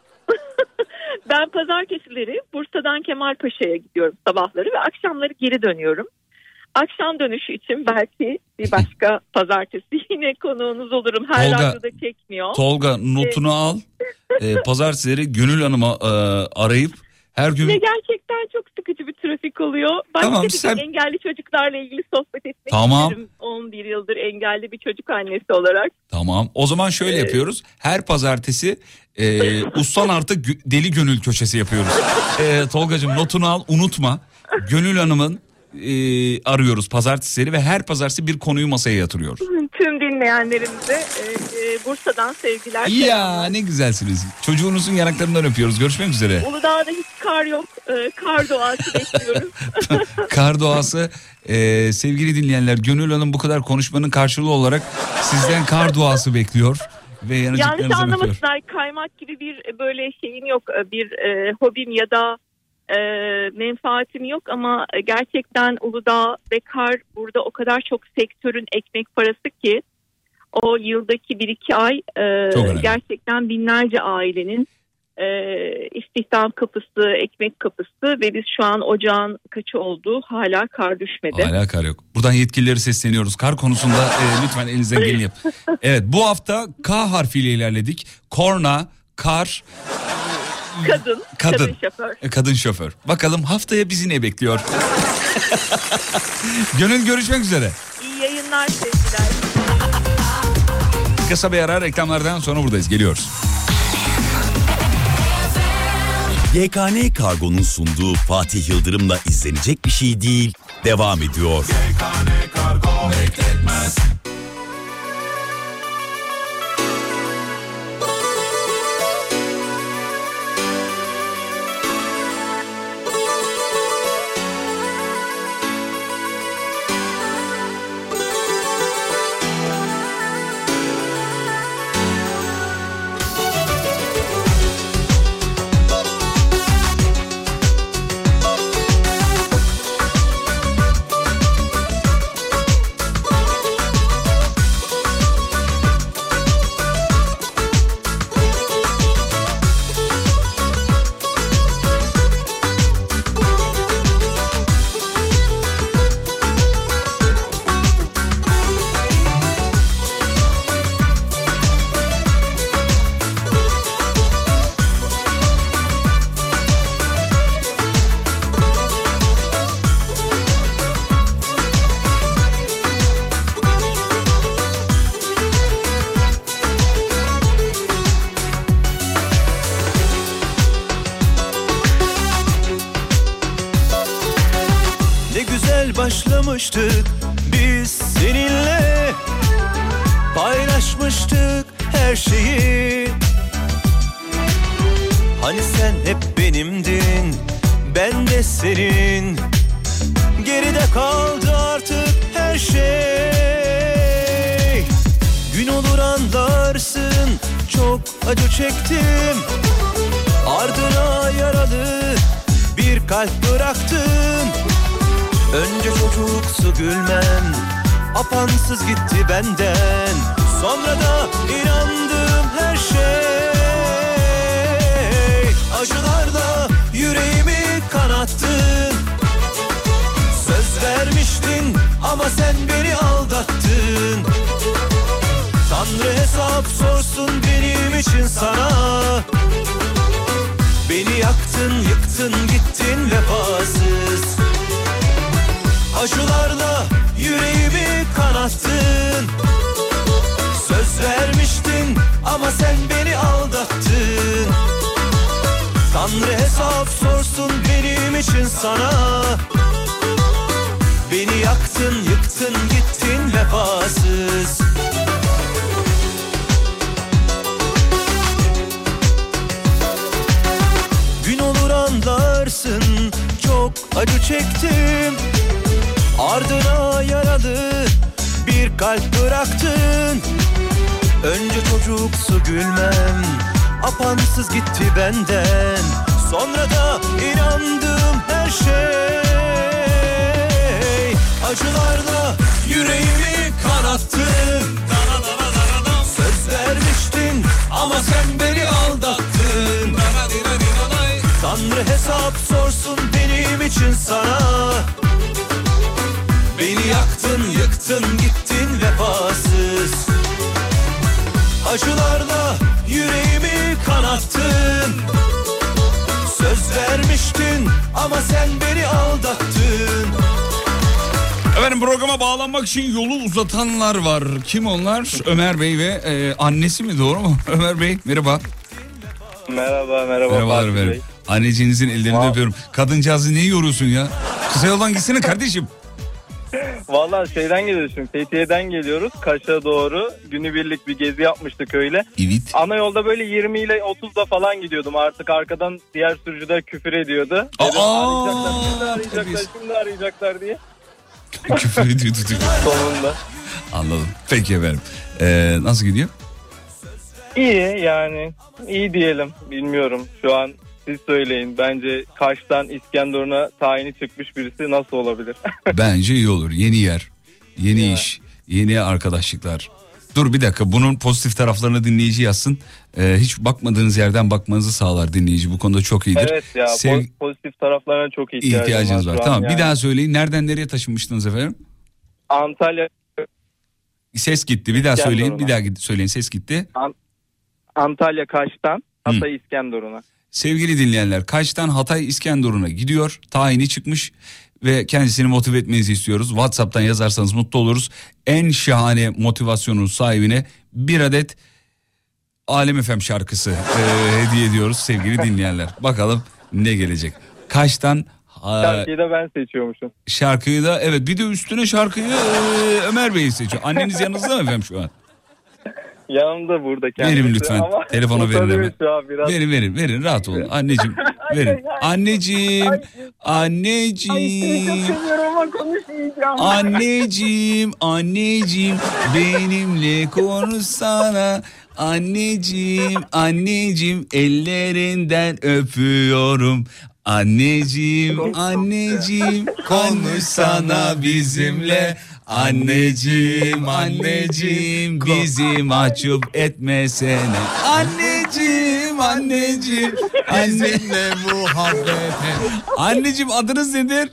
Ben pazartesileri Bursa'dan Kemalpaşa'ya gidiyorum sabahları ve akşamları geri dönüyorum. Akşam dönüşü için belki bir başka pazartesi yine konuğunuz olurum. Her radyoda çekmiyor. Tolga notunu al. Pazartesileri Gönül Hanım'a arayıp her gün... Ve gerçekten çok sıkıcı bir trafik oluyor. Başka tamam, bir engelli çocuklarla ilgili sohbet etmek isterim. 11 yıldır engelli bir çocuk annesi olarak. Tamam. O zaman şöyle yapıyoruz. Her pazartesi ustan artık deli gönül köşesi yapıyoruz. Tolgacığım notunu al, unutma. Gönül Hanım'ın arıyoruz pazartesileri ve her pazartesi bir konuyu masaya yatırıyoruz. Tüm dinleyenlerimize Bursa'dan sevgiler. Ya ne güzelsiniz. Çocuğunuzun yanaklarından öpüyoruz. Görüşmek üzere. Uludağ'da hiç kar yok. Kar doğası bekliyoruz. Kar doğası. Sevgili dinleyenler, Gönül Hanım bu kadar konuşmanın karşılığı olarak sizden kar doğası bekliyor. Ve yanlış anlamasınlar, kaymak gibi bir böyle şeyim yok. Bir hobim ya da menfaatim yok ama gerçekten Uludağ ve kar burada o kadar çok sektörün ekmek parası ki o yıldaki 1-2 ay gerçekten binlerce ailenin istihdam kapısı, ekmek kapısı ve biz şu an ocağın kaçı oldu hala kar düşmedi. Hala kar yok. Buradan yetkilileri sesleniyoruz. Kar konusunda lütfen elinizden geleni yap. Evet, bu hafta K harfiyle ilerledik. Korna, kar... Kadın şoför. Kadın şoför. Bakalım haftaya bizi ne bekliyor? Gönül görüşmek üzere. İyi yayınlar sevgiler. Kısa bir ara, reklamlardan sonra buradayız. Geliyoruz. YKN Kargo'nun sunduğu Fatih Yıldırım'la izlenecek bir şey değil devam ediyor. YKN Kargo bekletmez. Başlamıştık biz seninle, paylaşmıştık her şeyi. Hani sen hep benimdin, ben de senin. Geride kaldı artık her şey. Gün olur anlarsın, çok acı çektim. Ardına yaralı bir kalp bıraktın. Önce çocuksu gülmem apansız gitti benden. Sonra da inandığım her şey. Acılarla yüreğimi kanattın. Söz vermiştin ama sen beni aldattın. Tanrı hesap sorsun benim için sana. Beni yaktın, yıktın, gittin vefasız. Acılarla yüreğimi kanattın. Söz vermiştin ama sen beni aldattın. Tanrı hesap sorsun benim için sana. Beni yaktın, yıktın, gittin vefasız. Gün olur anlarsın, çok acı çektim. Ardına yaralı bir kalp bıraktın. Önce çocuksu gülmem apansız gitti benden. Sonra da inandım her şey. Acılarla yüreğimi kanattın. Söz vermiştin ama sen beni aldattın. Tanrı hesap sorsun benim için sana. Beni yaktın, yıktın, gittin vefasız. Acılarla yüreğimi kanattın. Söz vermiştin ama sen beni aldattın. Efendim programa bağlanmak için yolu uzatanlar var. Kim onlar? Ömer Bey ve annesi mi, doğru mu? Ömer Bey merhaba. Merhaba. Merhabalar efendim. Anneciğinizin ellerinden öpüyorum. Kadıncağızı niye yoruyorsun ya? Kısa yoldan gitsene kardeşim. Vallahi şeyden geliyoruz şimdi. Fethiye'den geliyoruz. Kaş'a doğru günübirlik bir gezi yapmıştık öyle. Evet. Ana yolda böyle 20 ile 30'da falan gidiyordum. Artık arkadan diğer sürücüler küfür ediyordu. Dedim, şimdi arayacaklar diye. Küfür ediyordu. Sonunda. Anladım. Peki efendim. Nasıl gidiyor? İyi yani. İyi diyelim. Bilmiyorum. Şu an siz söyleyin. Bence Kaş'tan İskenderun'a tayini çıkmış birisi nasıl olabilir? Bence iyi olur. Yeni yer, yeni iş, yeni arkadaşlıklar. Dur bir dakika, bunun pozitif taraflarını dinleyici yazsın. Hiç bakmadığınız yerden bakmanızı sağlar dinleyici. Bu konuda çok iyidir. Evet ya, pozitif taraflarına çok ihtiyacınız var. Tamam, yani. bir daha söyleyin. Nereden nereye taşınmıştınız efendim? Antalya. Ses gitti. Bir daha söyleyin. Bir daha söyleyin. Ses gitti. Antalya Kaş'tan Hatay İskenderun'a. Sevgili dinleyenler, Kaş'tan Hatay İskenderun'a gidiyor. Tayini çıkmış ve kendisini motive etmenizi istiyoruz. WhatsApp'tan yazarsanız mutlu oluruz. En şahane motivasyonun sahibine bir adet Alem FM şarkısı hediye ediyoruz sevgili dinleyenler. Bakalım ne gelecek. Kaş'tan... Şarkıyı da ben seçiyormuşum. Şarkıyı da evet, bir de üstüne şarkıyı Ömer Bey seçiyor. Anneniz yanınızda mı efendim şu an? Yanımda burada kendisi. Verin lütfen. Telefonu verin hemen. Verin rahat olun. Anneciğim verin. Anneciğim benimle konuşsana. Anneciğim ellerinden öpüyorum. Anneciğim konuşsana bizimle. Anneciğim bizi mahcup etmesene. Anneciğim bizimle muhabbete. Anneciğim adınız nedir?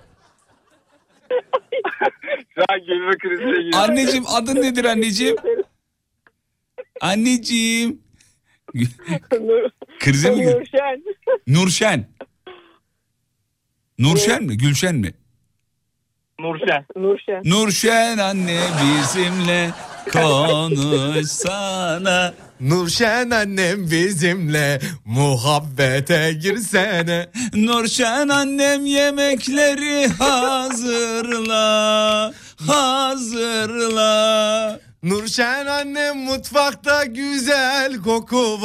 Şu an gülme krizine giriyor. Anneciğim adın nedir anneciğim? Anneciğim. Krize mi giriyor? Nurşen mi? Gülşen mi? Nurşen anne bizimle konuşsana. Nurşen annem bizimle muhabbete girsene. Nurşen annem yemekleri hazırla. Nurşen annem mutfakta güzel koku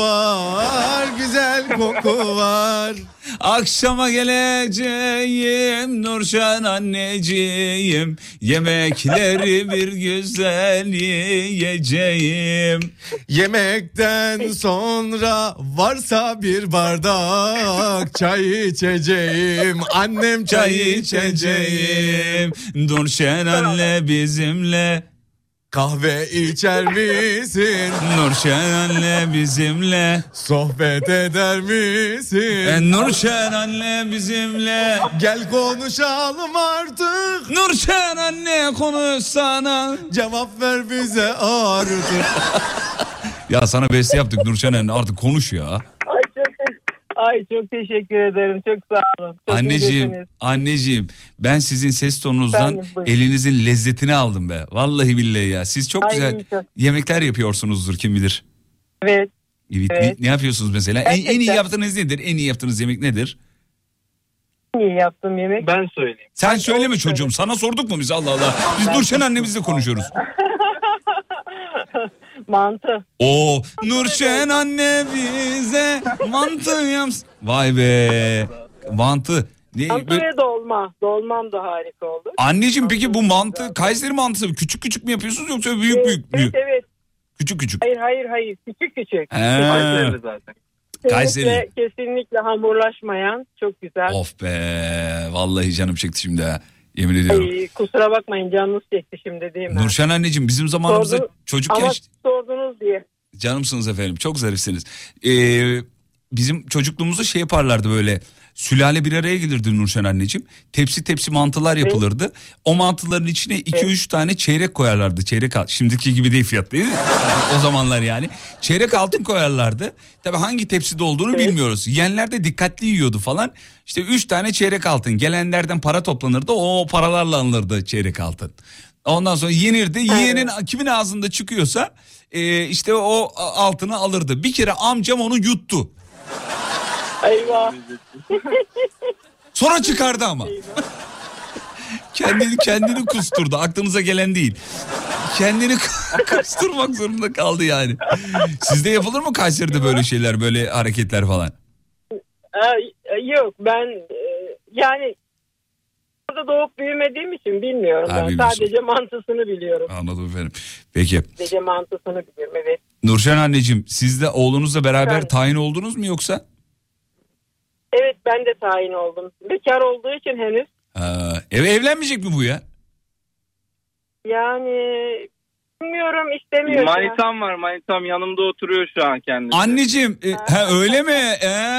var. Akşama geleceğim Nurşen anneciğim. Yemekleri bir güzel yiyeceğim. Yemekten sonra varsa bir bardak çay içeceğim. Annem çay içeceğim. Nurşen anne bizimle Kahve içer misin? Nurşen anne bizimle sohbet eder misin? Nurşen anne bizimle gel konuşalım artık. Nurşen anne konuşsana. Cevap ver bize artık. Ya sana beste yaptık Nurşen anne, artık konuş ya. Ay çok teşekkür ederim. Çok sağ olun. Çok Anneciğim ben sizin ses tonunuzdan elinizin lezzetini aldım be. Vallahi billahi ya. Siz çok güzel yemekler yapıyorsunuzdur kim bilir. Evet. Ne yapıyorsunuz mesela? En iyi yaptığınız nedir? En iyi yaptığınız yemek nedir? En iyi yaptığım yemek. Ben söyleyeyim. Sen söyleme çocuğum. Sana sorduk mu biz, Allah Allah. Biz Nurşen annemizle konuşuyoruz. Mantı. Oo, Nurşen anne bize mantı yapsın. Vay be. Mantı. Mantı ve dolma. Dolmam da harika oldu. Anneciğim peki bu mantı Kayseri mantısı küçük küçük mü yapıyorsunuz yoksa büyük? Evet. Küçük küçük. Hayır. Küçük. Kayseri zaten. Kayseri. Kesinlikle hamurlaşmayan, çok güzel. Of be. Vallahi canım çekti şimdi ha. Yemin ediyorum. Kusura bakmayın, canınız çekti şimdi değil mi? Nurşen anneciğim bizim zamanımızda çocukken... Ama sordunuz diye. Canımsınız efendim, çok zarifsiniz. Bizim çocukluğumuzda şey yaparlardı böyle. Sülale bir araya gelirdi Nurşen anneciğim. Tepsi mantılar yapılırdı. Evet. O mantıların içine 2-3 tane çeyrek koyarlardı. Çeyrek altın. Şimdiki gibi değil fiyat değil mi? O zamanlar yani. Çeyrek altın koyarlardı. Tabii hangi tepside olduğunu bilmiyoruz. Yiyenler de dikkatli yiyordu falan. İşte 3 tane çeyrek altın. Gelenlerden para toplanırdı. O paralarla alınırdı çeyrek altın. Ondan sonra yenirdi. Yiyenin kimin ağzında çıkıyorsa işte o altını alırdı. Bir kere amcam onu yuttu. Eyvah. Sonra çıkardı ama. kendini kusturdu. Aklınıza gelen değil. Kendini kusturmak zorunda kaldı yani. Sizde yapılır mı Kayseri'de böyle şeyler, böyle hareketler falan? Yok ben yani orada doğup büyümediğim için bilmiyorum. Ben sadece mantısını biliyorum. Anladım efendim. Peki. Sadece mantısını biliyorum, evet. Nurşen anneciğim siz de oğlunuzla beraber tayin oldunuz mu yoksa? Evet, ben de tayin oldum. Bekar olduğu için henüz. Evlenmeyecek mi bu ya? Yani bilmiyorum, istemiyorum. Manitam var, manitam yanımda oturuyor şu an kendisi. Anneciğim öyle mi?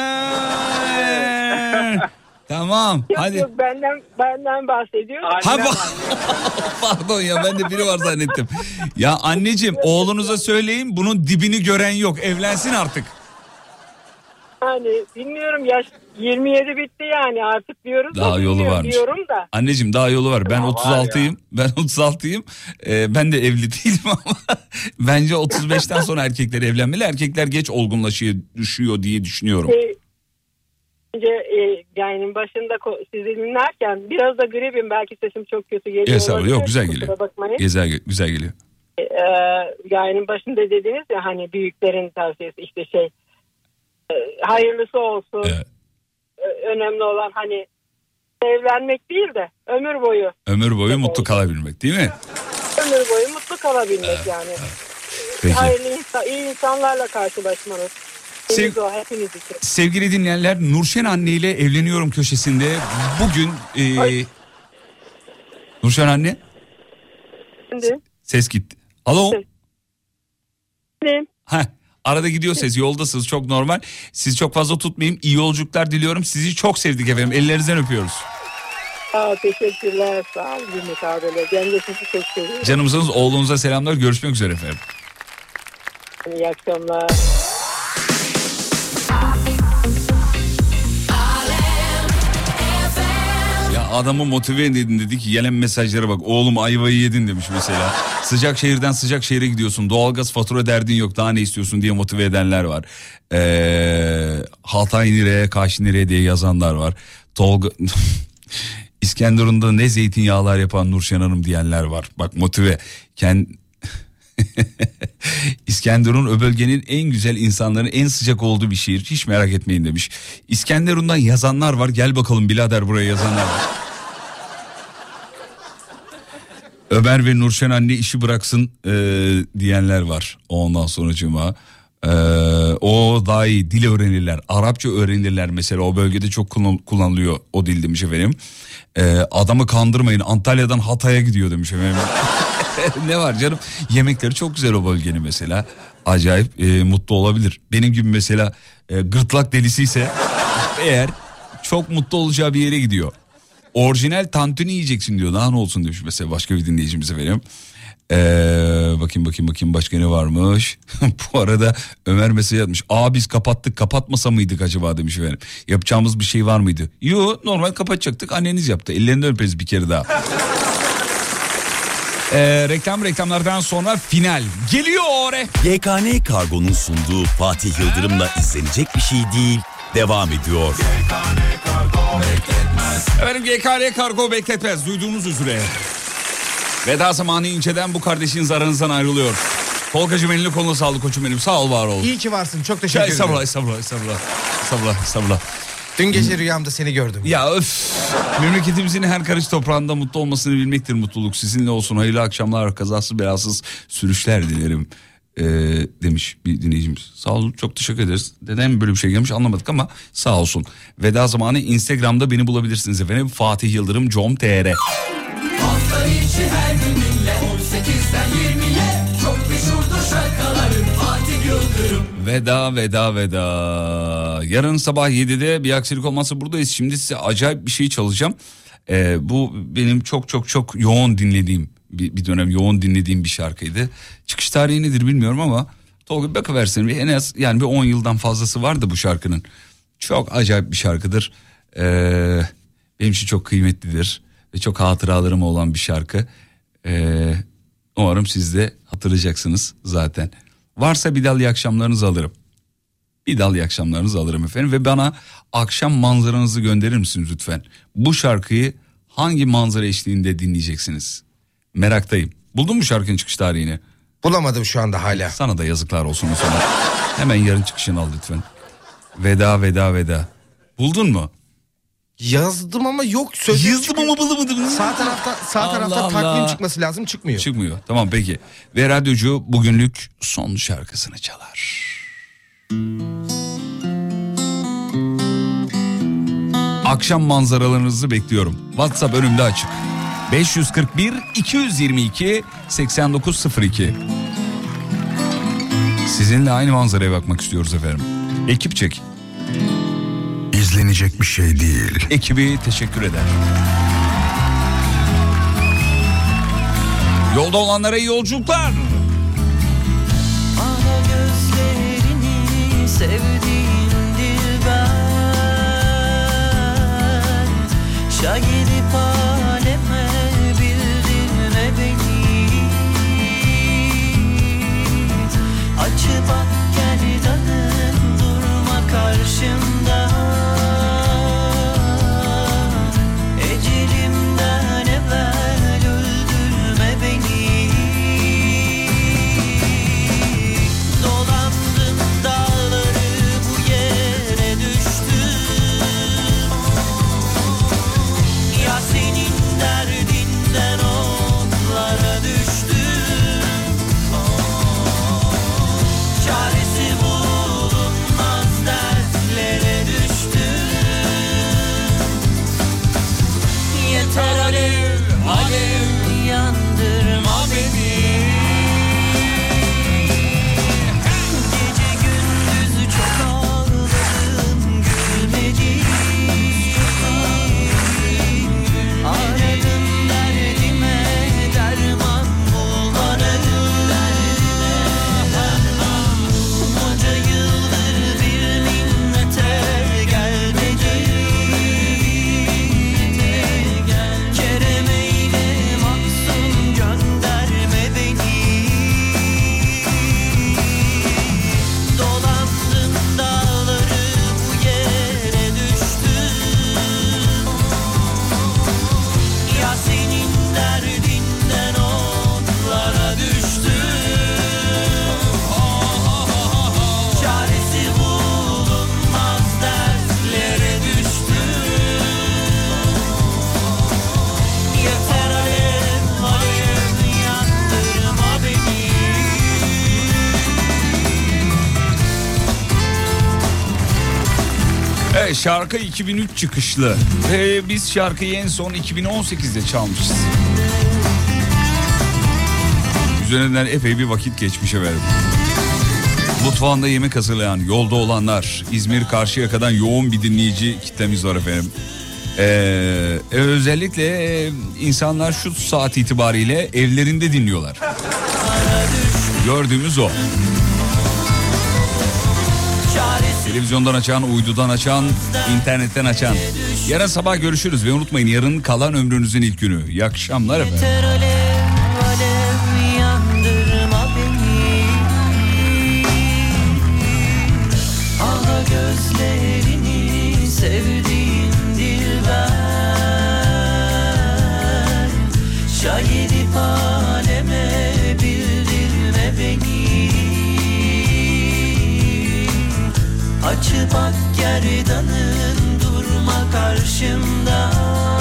Tamam hadi. Yok benden bahsediyor. Pardon ya, ben de biri var zannettim. Ya anneciğim oğlunuza söyleyin, bunun dibini gören yok, evlensin artık. Yani bilmiyorum, yaş 27 bitti yani artık diyoruz. Daha yolu varmış. Diyorum da. Anneciğim daha yolu var. Ben 36'yım. Ben de evli değilim ama bence 35'ten sonra erkekler evlenmeli. Erkekler geç olgunlaşıyor diye düşünüyorum. Önce yayının başında sizi dinlerken biraz da gribim, belki sesim çok kötü geliyor. Yok güzel geliyor. Güzel geliyor. Yayının başında dediniz ya hani büyüklerin tavsiyesi işte hayırlısı olsun. Evet. Önemli olan hani evlenmek değil de ömür boyu mutlu kalabilmek değil mi? Ömür boyu mutlu kalabilmek yani. Peki. İyi insanlarla karşılaşmanız. Sevgili dinleyenler, Nurşen anne ile evleniyorum köşesinde bugün Nurşen anne. Ses gitti. Alo. Arada gidiyor ses, yoldasınız, çok normal. Sizi çok fazla tutmayayım. İyi yolculuklar diliyorum. Sizi çok sevdik efendim. Ellerinizden öpüyoruz. Teşekkürler. Sağ olun. Ben de sizi çok seviyorum. Canımsınız, oğlunuza selamlar. Görüşmek üzere efendim. İyi akşamlar. Adamı motive edin dedik, gelen mesajlara bak. Oğlum ayvayı yedin demiş mesela. Sıcak şehirden sıcak şehire gidiyorsun. Doğalgaz fatura derdin yok, daha ne istiyorsun diye motive edenler var. Hatay nereye, Kaş nereye diye yazanlar var. İskenderun'da ne zeytinyağlar yapan Nurşen Hanım diyenler var. Bak motive. İskenderun o bölgenin en güzel insanların en sıcak olduğu bir şehir. Hiç merak etmeyin demiş. İskenderun'dan yazanlar var. Gel bakalım birader, buraya yazanlar var. Ömer ve Nurşen anne işi bıraksın diyenler var. Ondan sonracığıma o daha iyi dil öğrenirler. Arapça öğrenirler mesela, o bölgede çok kullanılıyor o dil demiş efendim. Adamı kandırmayın, Antalya'dan Hatay'a gidiyor demiş efendim. Ne var canım? Yemekleri çok güzel o bölgenin mesela. Acayip mutlu olabilir. Benim gibi mesela gırtlak delisiyse eğer çok mutlu olacağı bir yere gidiyor. Orijinal tantuni yiyeceksin diyor. Daha ne olsun demiş mesela başka bir dinleyicimize vereyim. Bakayım başka ne varmış. Bu arada Ömer mesaj atmış. Biz kapattık, kapatmasa mıydık acaba demiş efendim. Yapacağımız bir şey var mıydı? Yo, normal kapatacaktık, anneniz yaptı. Ellerinden öperiz bir kere daha. Reklamlardan sonra final geliyor. YKN Kargo'nun sunduğu Fatih Yıldırım'la izlenecek bir şey değil devam ediyor. Efendim YKN Kargo bekletmez, duyduğunuz üzere. Veda zamanı inceden bu kardeşiniz aranızdan ayrılıyor. Tolgacığım eline koluna sağlık koçum benim, sağ ol var ol. İyi ki varsın, çok teşekkür ederim. Estağfurullah. Dün gece rüyamda seni gördüm. Ya memleketimizin her karış toprağında mutlu olmasını bilmektir mutluluk. Sizinle olsun, hayırlı akşamlar, kazasız belasız sürüşler dilerim demiş bir dinleyicimiz. Sağ olun, çok teşekkür ederiz. Neden böyle bir şey gelmiş anlamadık ama sağ olsun. Veda zamanı Instagram'da beni bulabilirsiniz efendim. Fatih Yıldırım com.tr. Hafta içi her gününle 18'den 20'ye çok meşhurdur şarkılarım Fatih Yıldırım. Veda. Yarın sabah 7'de bir aksilik olmazsa buradayız. Şimdi size acayip bir şey çalacağım. Bu benim çok yoğun dinlediğim bir dönem yoğun dinlediğim bir şarkıydı. Çıkış tarihi nedir bilmiyorum ama Tolga bakıversin en az yani bir 10 yıldan fazlası vardı bu şarkının. Çok acayip bir şarkıdır. Benim için çok kıymetlidir ve çok hatıralarım olan bir şarkı. Umarım siz de hatırlayacaksınız zaten. Varsa bir dal iyi akşamlarınızı alırım. Bir dal iyi akşamlarınızı alırım efendim. Ve bana akşam manzaranızı gönderir misiniz lütfen? Bu şarkıyı hangi manzara eşliğinde dinleyeceksiniz? Meraktayım. Buldun mu şarkının çıkış tarihini? Bulamadım şu anda hala. Sana da yazıklar olsun o zaman. Hemen yarın çıkışını al lütfen. Veda. Buldun mu? Yazdım ama yok. Yazdım ama bulamadım. Sağ tarafta takvim çıkması lazım, çıkmıyor. Çıkmıyor. Tamam peki. Ve radyocu bugünlük son şarkısını çalar. Akşam manzaralarınızı bekliyorum. WhatsApp önümde açık. 541 222 8902. Sizinle aynı manzaraya bakmak istiyoruz efendim. Ekip çek. İzlenecek bir şey değil. Ekibi teşekkür eder. Yolda olanlara iyi yolculuklar. Ana gözlerini sevdiğimdir ben. Şagirip aleme bildirme beni. Açı bak gel dadım durma karşımda. Ecelimden evvel öldürme beni. Dolandım dağları bu yere düştüm. Ya senin derdinden onlara düştüm. Çaresi bulunmaz dertlere düştüm. Yeter alev, alev yandırma beni. Gece gündüz çok ağladım gülmedim. Aradım derdime derman bulamadım. Bunca yıldır bir minnete gelmedim. Kerem eyle mahzun gönderme beni. Dolandım dağları bu yere düştüm. Ya senin derdinden onlara düştüm. Çaresi bulunmaz dertlere düştüm. Yeter alev, alev yandırma beni. Evet, şarkı 2003 çıkışlı. Biz şarkıyı en son 2018'de çalmışız. Üzerinden epey bir vakit geçmiş efendim. Mutfağında yemek hazırlayan, yolda olanlar, İzmir Karşıyaka'dan yoğun bir dinleyici kitlemiz var efendim. Özellikle insanlar şu saat itibariyle evlerinde dinliyorlar. Gördüğümüz o. Televizyondan açan, uydudan açan, internetten açan. Yarın sabah görüşürüz ve unutmayın, yarın kalan ömrünüzün ilk günü. İyi akşamlar efendim. Gözlerini sevdiğin dilber, şahidip aleme bildirme beni. Açıp bak gerdanın, durma karşımda.